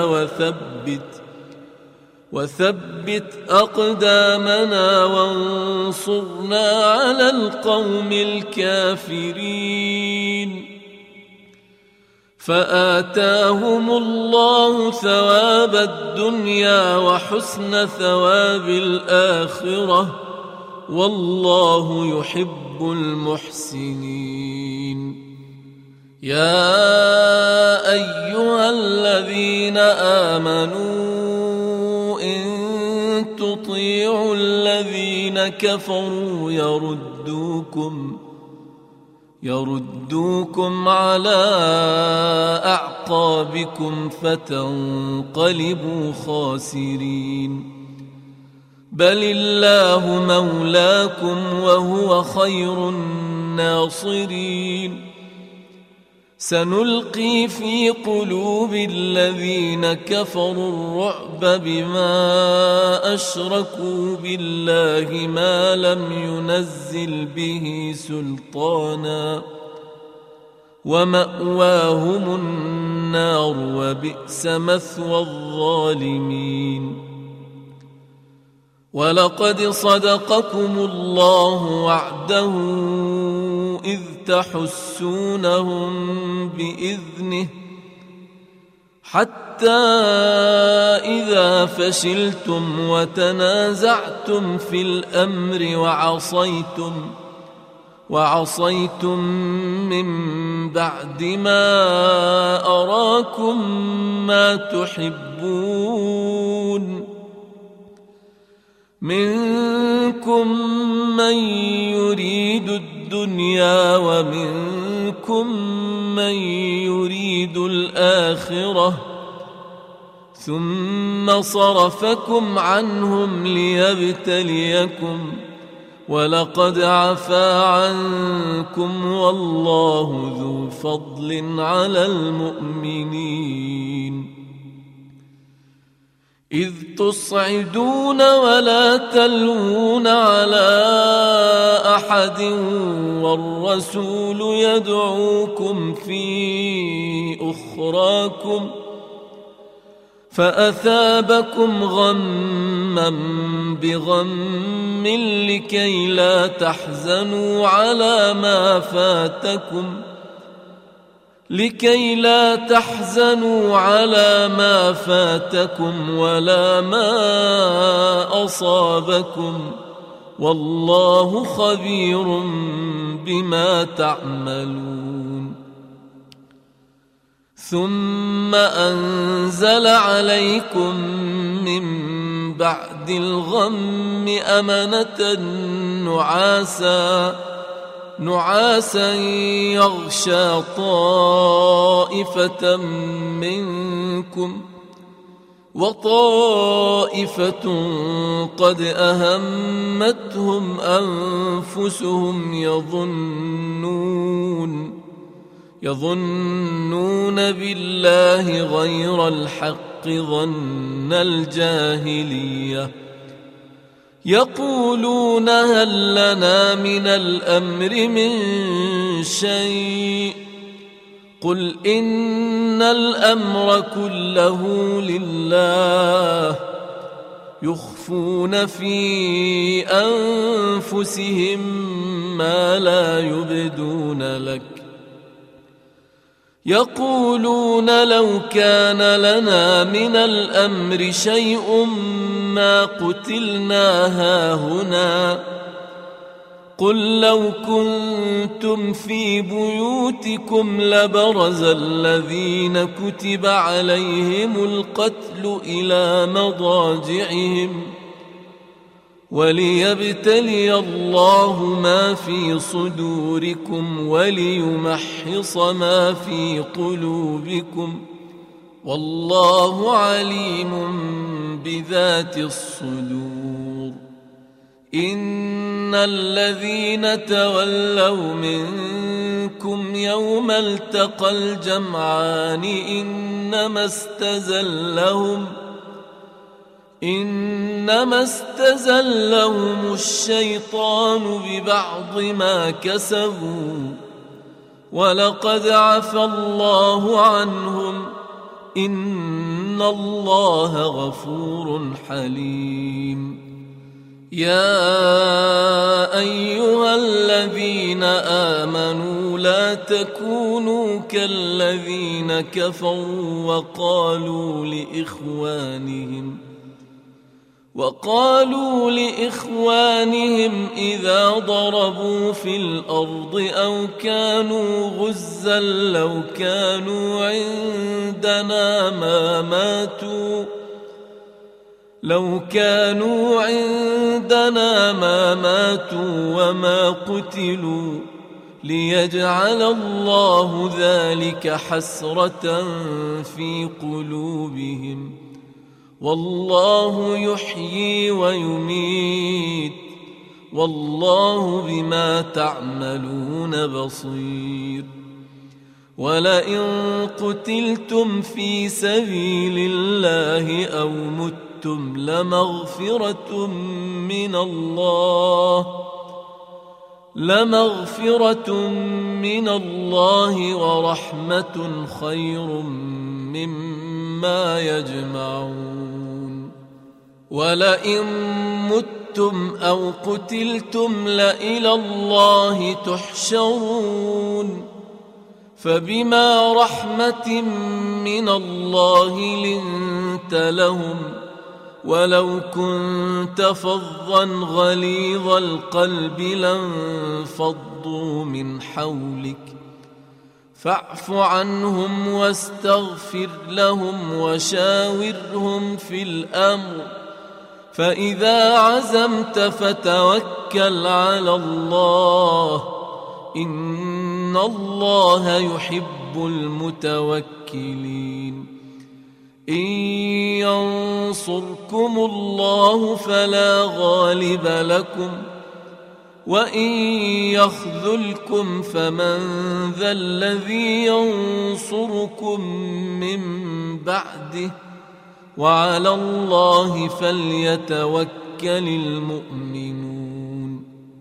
وثبت أقدامنا وانصرنا على القوم الكافرين فآتاهم الله ثواب الدنيا وحسن ثواب الآخرة والله يحب المحسنين يا أيها الذين آمنوا إن تطيعوا الذين كفروا يردوكم على أعقابكم فتنقلبوا خاسرين بل الله مولاكم وهو خير الناصرين سنلقي في قلوب الذين كفروا الرعب بما أشركوا بالله ما لم ينزل به سلطانا ومأواهم النار وبئس مثوى الظالمين ولقد صدقكم الله وعده إذ تحسونهم بإذنه حتى إذا فشلتم وتنازعتم في الأمر وعصيتم من بعد ما أراكم ما تحبون منكم من يريد الدنيا ومنكم من يريد الآخرة ثم صرفكم عنهم ليبتليكم ولقد عفا عنكم والله ذو فضل على المؤمنين إذ تصعدون ولا تلوون على أحد والرسول يدعوكم في أخراكم فأثابكم غما بغم لكي لا تحزنوا على ما فاتكم ولا ما أصابكم والله خبير بما تعملون ثم أنزل عليكم من بعد الغم أمنة نعاسا يغشى طائفة منكم وطائفة قد أهمتهم أنفسهم يظنون بالله غير الحق ظن الجاهلية يقولون هل لنا من الأمر من شيء قل إن الأمر كله لله يخفون في أنفسهم ما لا يبدون لك يقولون لو كان لنا من الأمر شيء ما قتلنا هاهنا قل لو كنتم في بيوتكم لبرز الذين كتب عليهم القتل إلى مضاجعهم وليبتلي الله ما في صدوركم وليمحص ما في قلوبكم والله عليم بذات الصدور إن الذين تولوا منكم يوم التقى الجمعان إنما استزلهم الشيطان ببعض ما كسبوا ولقد عفى الله عنهم إن الله غفور حليم يا أيها الذين آمنوا لا تكونوا كالذين كفروا وقالوا لإخوانهم إذا بضربوا في الأرض أو كانوا غزا لو كانوا عندنا ما ماتوا وما قتلوا ليجعل الله ذلك حسرة في قلوبهم والله يحيي ويميت والله بما تعملون بصير ولئن قتلتم في سبيل الله أو متم لمغفرة من الله ورحمة خير مما يجمعون ولئن متم أو قتلتم لإلى الله تحشرون فبما رحمة من الله لنت لهم ولو كنت فظا غليظ القلب لانفضوا من حولك فاعف عنهم واستغفر لهم وشاورهم في الأمر فإذا عزمت فتوكل على الله إن الله يحب المتوكلين إن ينصركم الله فلا غالب لكم وإن يخذلكم فمن ذا الذي ينصركم من بعده وعلى الله فليتوكل المؤمنون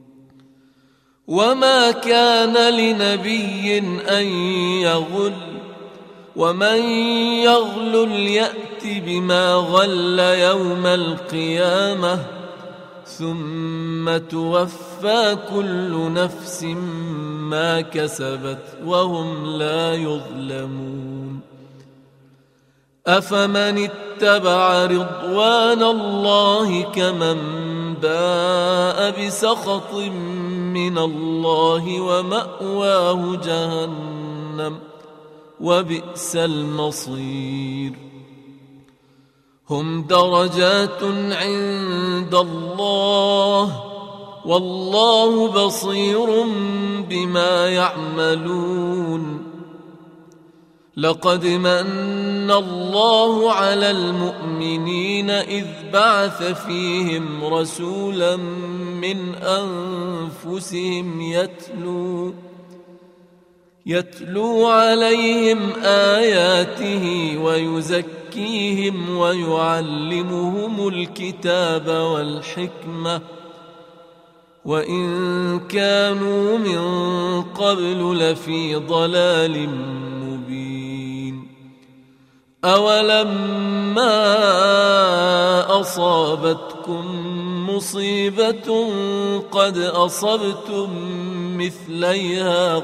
وما كان لنبي أن يغل ومن يغل يأت بما غل يوم القيامة ثم توفى كل نفس ما كسبت وهم لا يظلمون أفمن اتبع رضوان الله كمن باء بسخط من الله ومأواه جهنم وبئس المصير هم درجات عند الله والله بصير بما يعملون لقد من الله على المؤمنين إذ بعث فيهم رسولا من أنفسهم يتلو عليهم آياته ويزكيهم ويعلمهم الكتاب والحكمة وإن كانوا من قبل لفي ضلال مبين أولما أصابتكم مصيبة قد أصبتم مثليها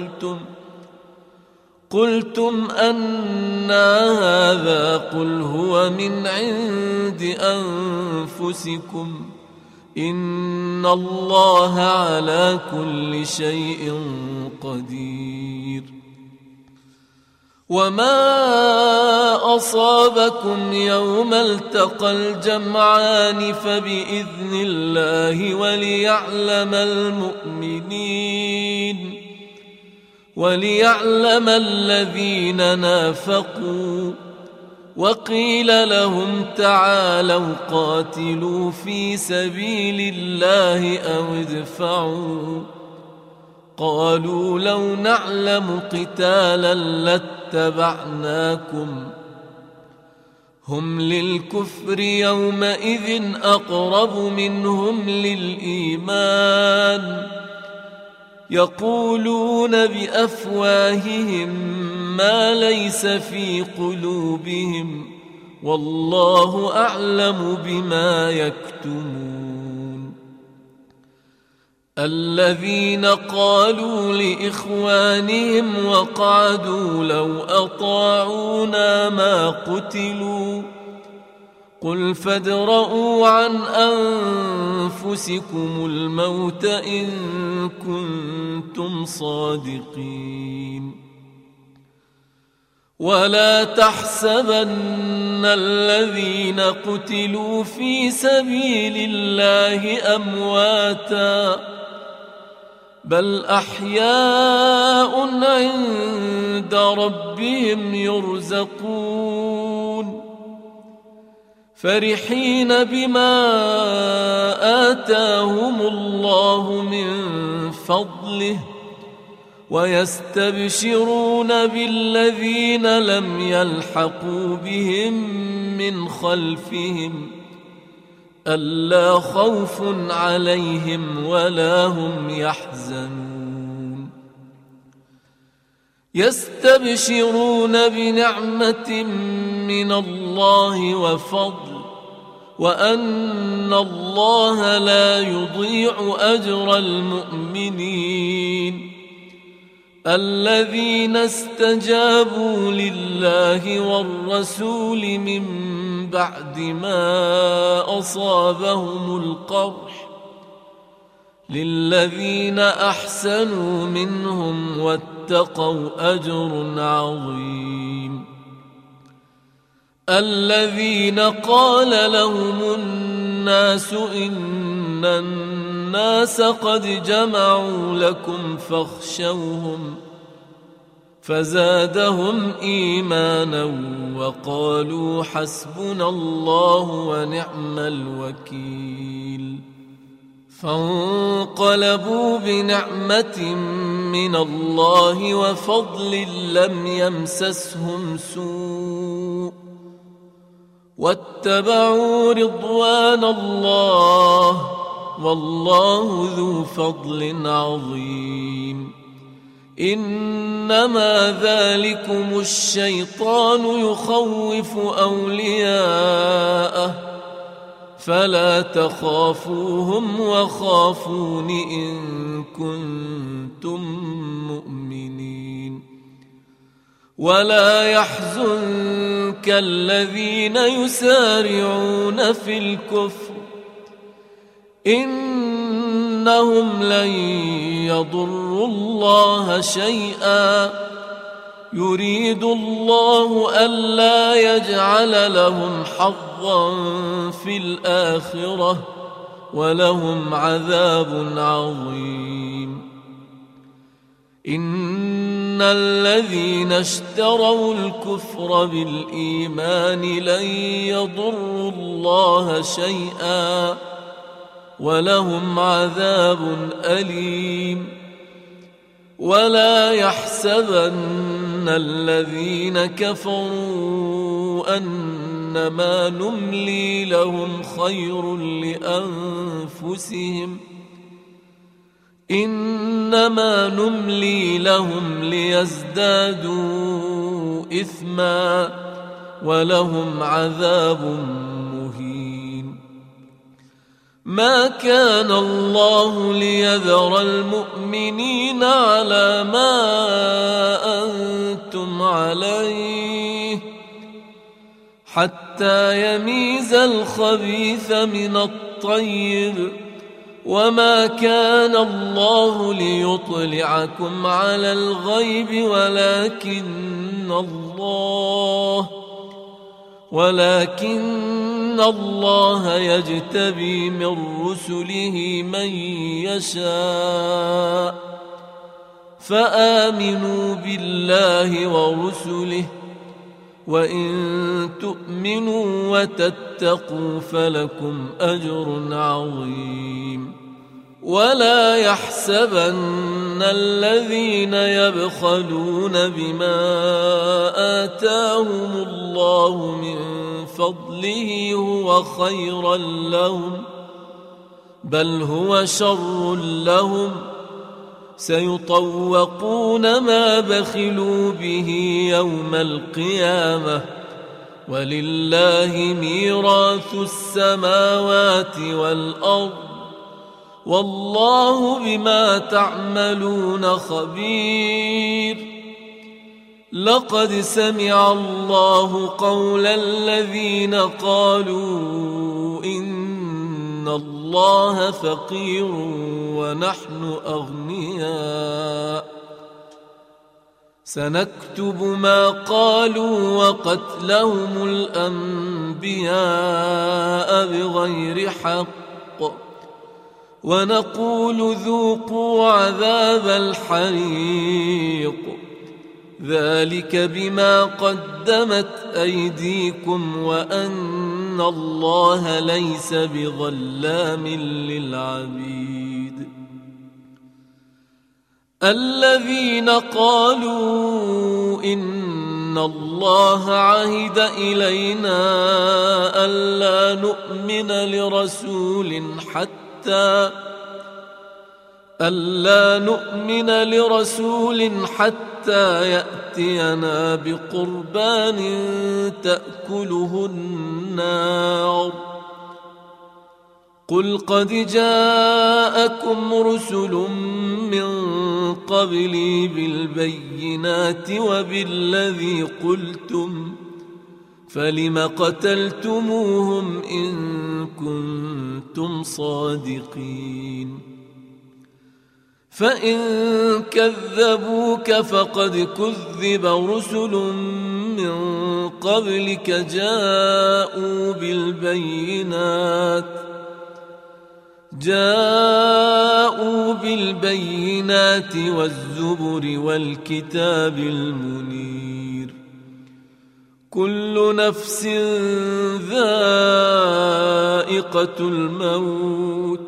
قلتم أنى هذا قل هو من عند أنفسكم إن الله على كل شيء قدير وما أصابكم يوم التقى الجمعان فبإذن الله وليعلم الذين نافقوا وقيل لهم تعالوا قاتلوا في سبيل الله أو ادفعوا قالوا لو نعلم قتالا لاتبعناكم هم للكفر يومئذ أقرب منهم للإيمان يقولون بأفواههم ما ليس في قلوبهم والله أعلم بما يكتمون الذين قالوا لإخوانهم وقعدوا لو أطاعونا ما قتلوا قل فادرءوا عن أنفسكم الموت إن كنتم صادقين ولا تحسبن الذين قتلوا في سبيل الله أمواتا بل أحياء عند ربهم يرزقون فرحين بما آتاهم الله من فضله ويستبشرون بالذين لم يلحقوا بهم من خلفهم ألا خوف عليهم ولا هم يحزنون يستبشرون بنعمة من الله وفضل وأن الله لا يضيع أجر المؤمنين الذين استجابوا لله والرسول من بعد ما أصابهم القرح للذين أحسنوا منهم واتقوا أجر عظيم. الذين قال لهم الناس إن الناس قد جمعوا لكم فاخشوهم فزادهم إيمانا وقالوا حسبنا الله ونعم الوكيل. فانقلبوا بنعمة من الله وفضل لم يمسسهم سوء واتبعوا رضوان الله والله ذو فضل عظيم. إنما ذلكم الشيطان يخوف أولياءه فلا تخافوهم وخافون إن كنتم مؤمنين. ولا يحزنك الذين يسارعون في الكفر إنهم لن يضروا الله شيئا يريد الله ألا يجعل لهم حظا في الآخرة ولهم عذاب عظيم. إن الذين اشتروا الكفر بالإيمان لن يضروا الله شيئا ولهم عذاب أليم. ولا يحسبن الذين كفروا أنما نملي لهم خير لأنفسهم إنما نملي لهم ليزدادوا إثما ولهم عذاب مهين. ما كان الله ليذر المؤمنين على ما أنتم عليه حتى يميز الخبيث من الطيب وما كان الله ليطلعكم على الغيب ولكن الله يجتبي من رسله من يشاء فآمنوا بالله ورسله وإن تؤمنوا وتتقوا فلكم أجر عظيم. ولا يحسبن الذين يبخلون بما آتاهم الله من فضله هو خيرا لهم بل هو شر لهم سيطوقون ما بخلوا به يوم القيامة ولله ميراث السماوات والأرض والله بما تعملون خبير. لقد سمع الله قول الذين قالوا إن الله فقير ونحن أغنياء سنكتب ما قالوا وقتلهم الأنبياء بغير حق ونقول ذوقوا عذاب الحريق ذلك بما قدمت أيديكم وأن الله ليس بظلام للعبيد. الذين قالوا إن الله عهد إلينا ألا نؤمن لرسول حتى يأتينا بقربان تأكله النار قل قد جاءكم رسل من قبلي بالبينات وبالذي قلتم فلم قتلتموهم إن كنتم صادقين فإن كذبوك فقد كذب رسل من قبلك جاءوا بالبينات والزبر والكتاب المنير كل نفس ذائقة الموت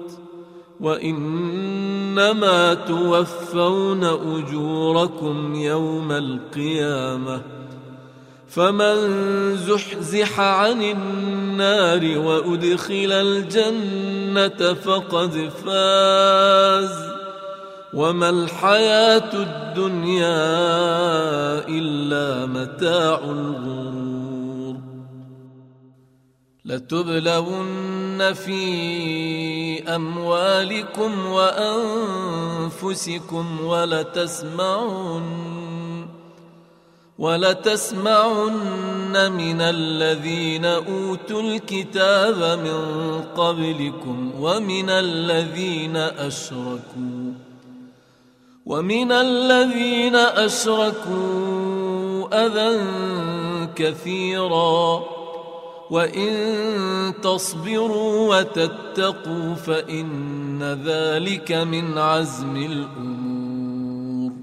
وإنما توفون أجوركم يوم القيامة فمن زحزح عن النار وأدخل الجنة فقد فاز وما الحياة الدنيا إلا متاع الغرور لتبلون في أموالكم وأنفسكم ولتسمعن من الذين أوتوا الكتاب من قبلكم ومن الذين أشركوا أذى كثيرا وإن تصبروا وتتقوا فإن ذلك من عزم الأمور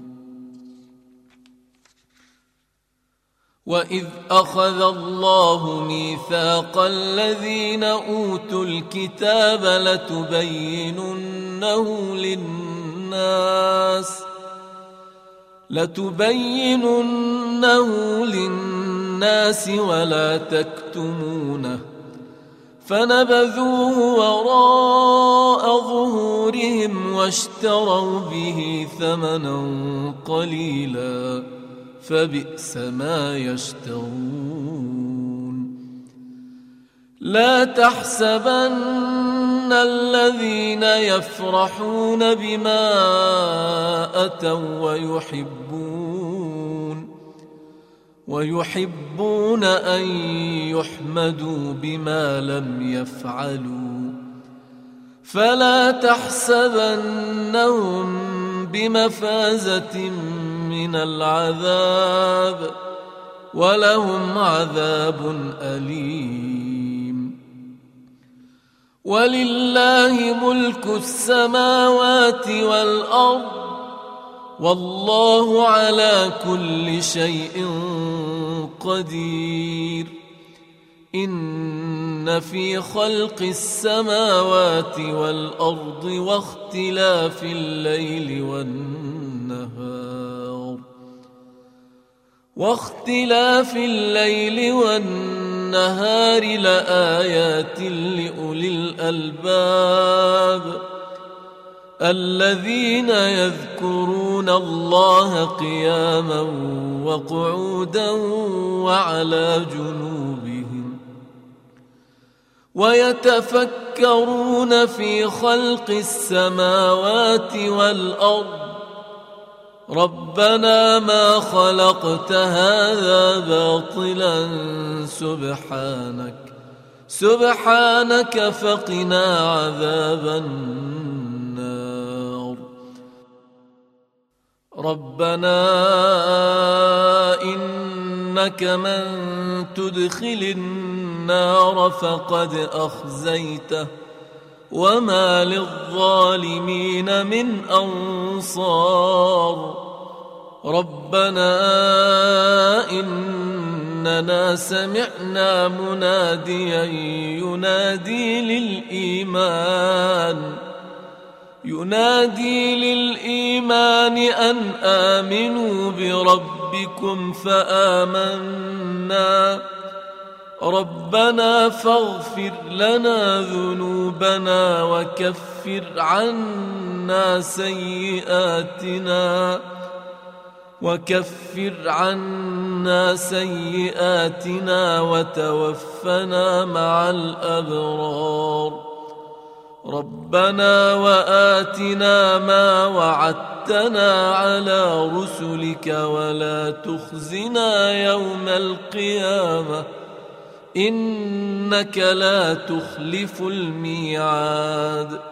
وإذ أخذ الله ميثاق الذين أوتوا الكتاب لتبيننه للناس ولا تكتمونه فنبذوه وراء ظهورهم واشتروا به ثمنا قليلا فبئس ما يشترون لا تحسبن الذين يفرحون بما أتوا ويحبون أن يحمدوا بما لم يفعلوا فلا تحسبنهم بمفازة من العذاب ولهم عذاب أليم ولله ملك السماوات والأرض والله على كل شيء قدير إن في خلق السماوات والأرض واختلاف الليل والنهار لآيات لأولي الألباب الذين يذكرون الله قياما وقعودا وعلى جنوبهم ويتفكرون في خلق السماوات والأرض ربنا ما خلقت هذا باطلا سبحانك فقنا عذاب النار ربنا إنك من تدخل النار فقد أخزيته وما للظالمين من أنصار ربنا إننا سمعنا مناديا ينادي للإيمان أن آمنوا بربكم فآمنا ربنا فاغفر لنا ذنوبنا وكفر عنا سيئاتنا وتوفنا مع الأبرار ربنا وآتنا ما وعدتنا على رسلك ولا تخزنا يوم القيامة إنك لا تخلف الميعاد.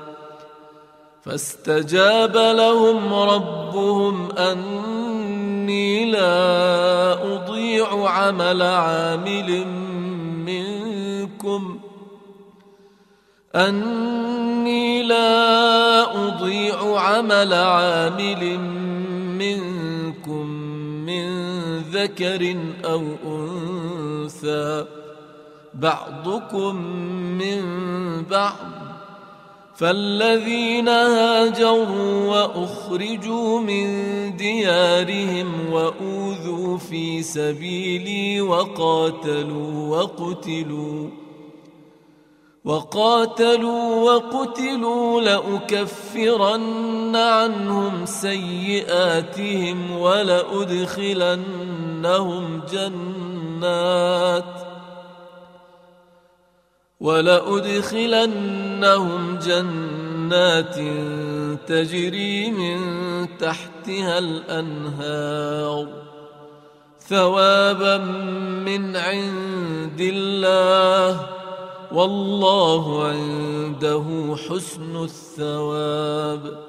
فاستجاب لهم ربهم أني لا أضيع عمل عامل منكم من ذكر أو أنثى بعضكم من بعض، فالذين هاجروا وأخرجوا من ديارهم وأوذوا في سبيلي وقاتلوا لأكفرن عنهم سيئاتهم ولأدخلنهم جنات تجري من تحتها الأنهار ثوابا من عند الله والله عنده حسن الثواب.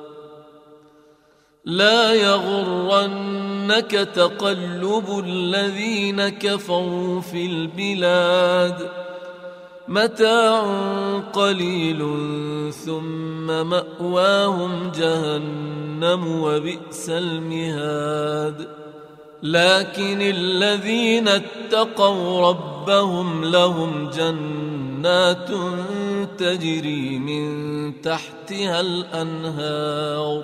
لا يغرنك تقلب الذين كفروا في البلاد، متاع قليل ثم مأواهم جهنم وبئس المهاد. لكن الذين اتقوا ربهم لهم جنات تجري من تحتها الأنهار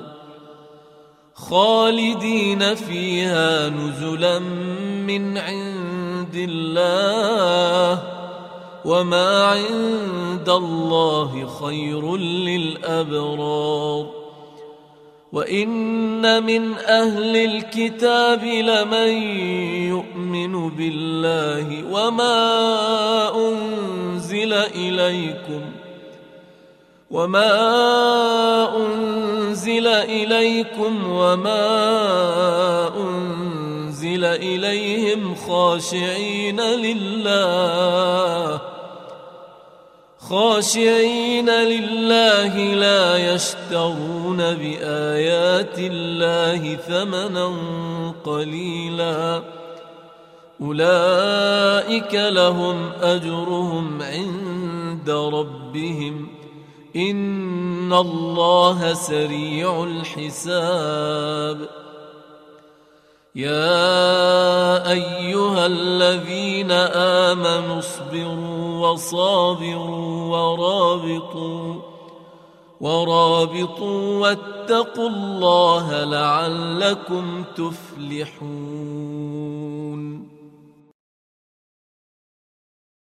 خالدين فيها نزلا من عند الله وما عند الله خير للأبرار. وإن من أهل الكتاب لمن يؤمن بالله وما أنزل إليكم وما أنزل إليهم خاشعين لله لا يشترون بآيات الله ثمنا قليلا أولئك لهم أجرهم عند ربهم إن الله سريع الحساب. يا أيها الذين آمنوا اصبروا وصابروا ورابطوا واتقوا الله لعلكم تفلحون.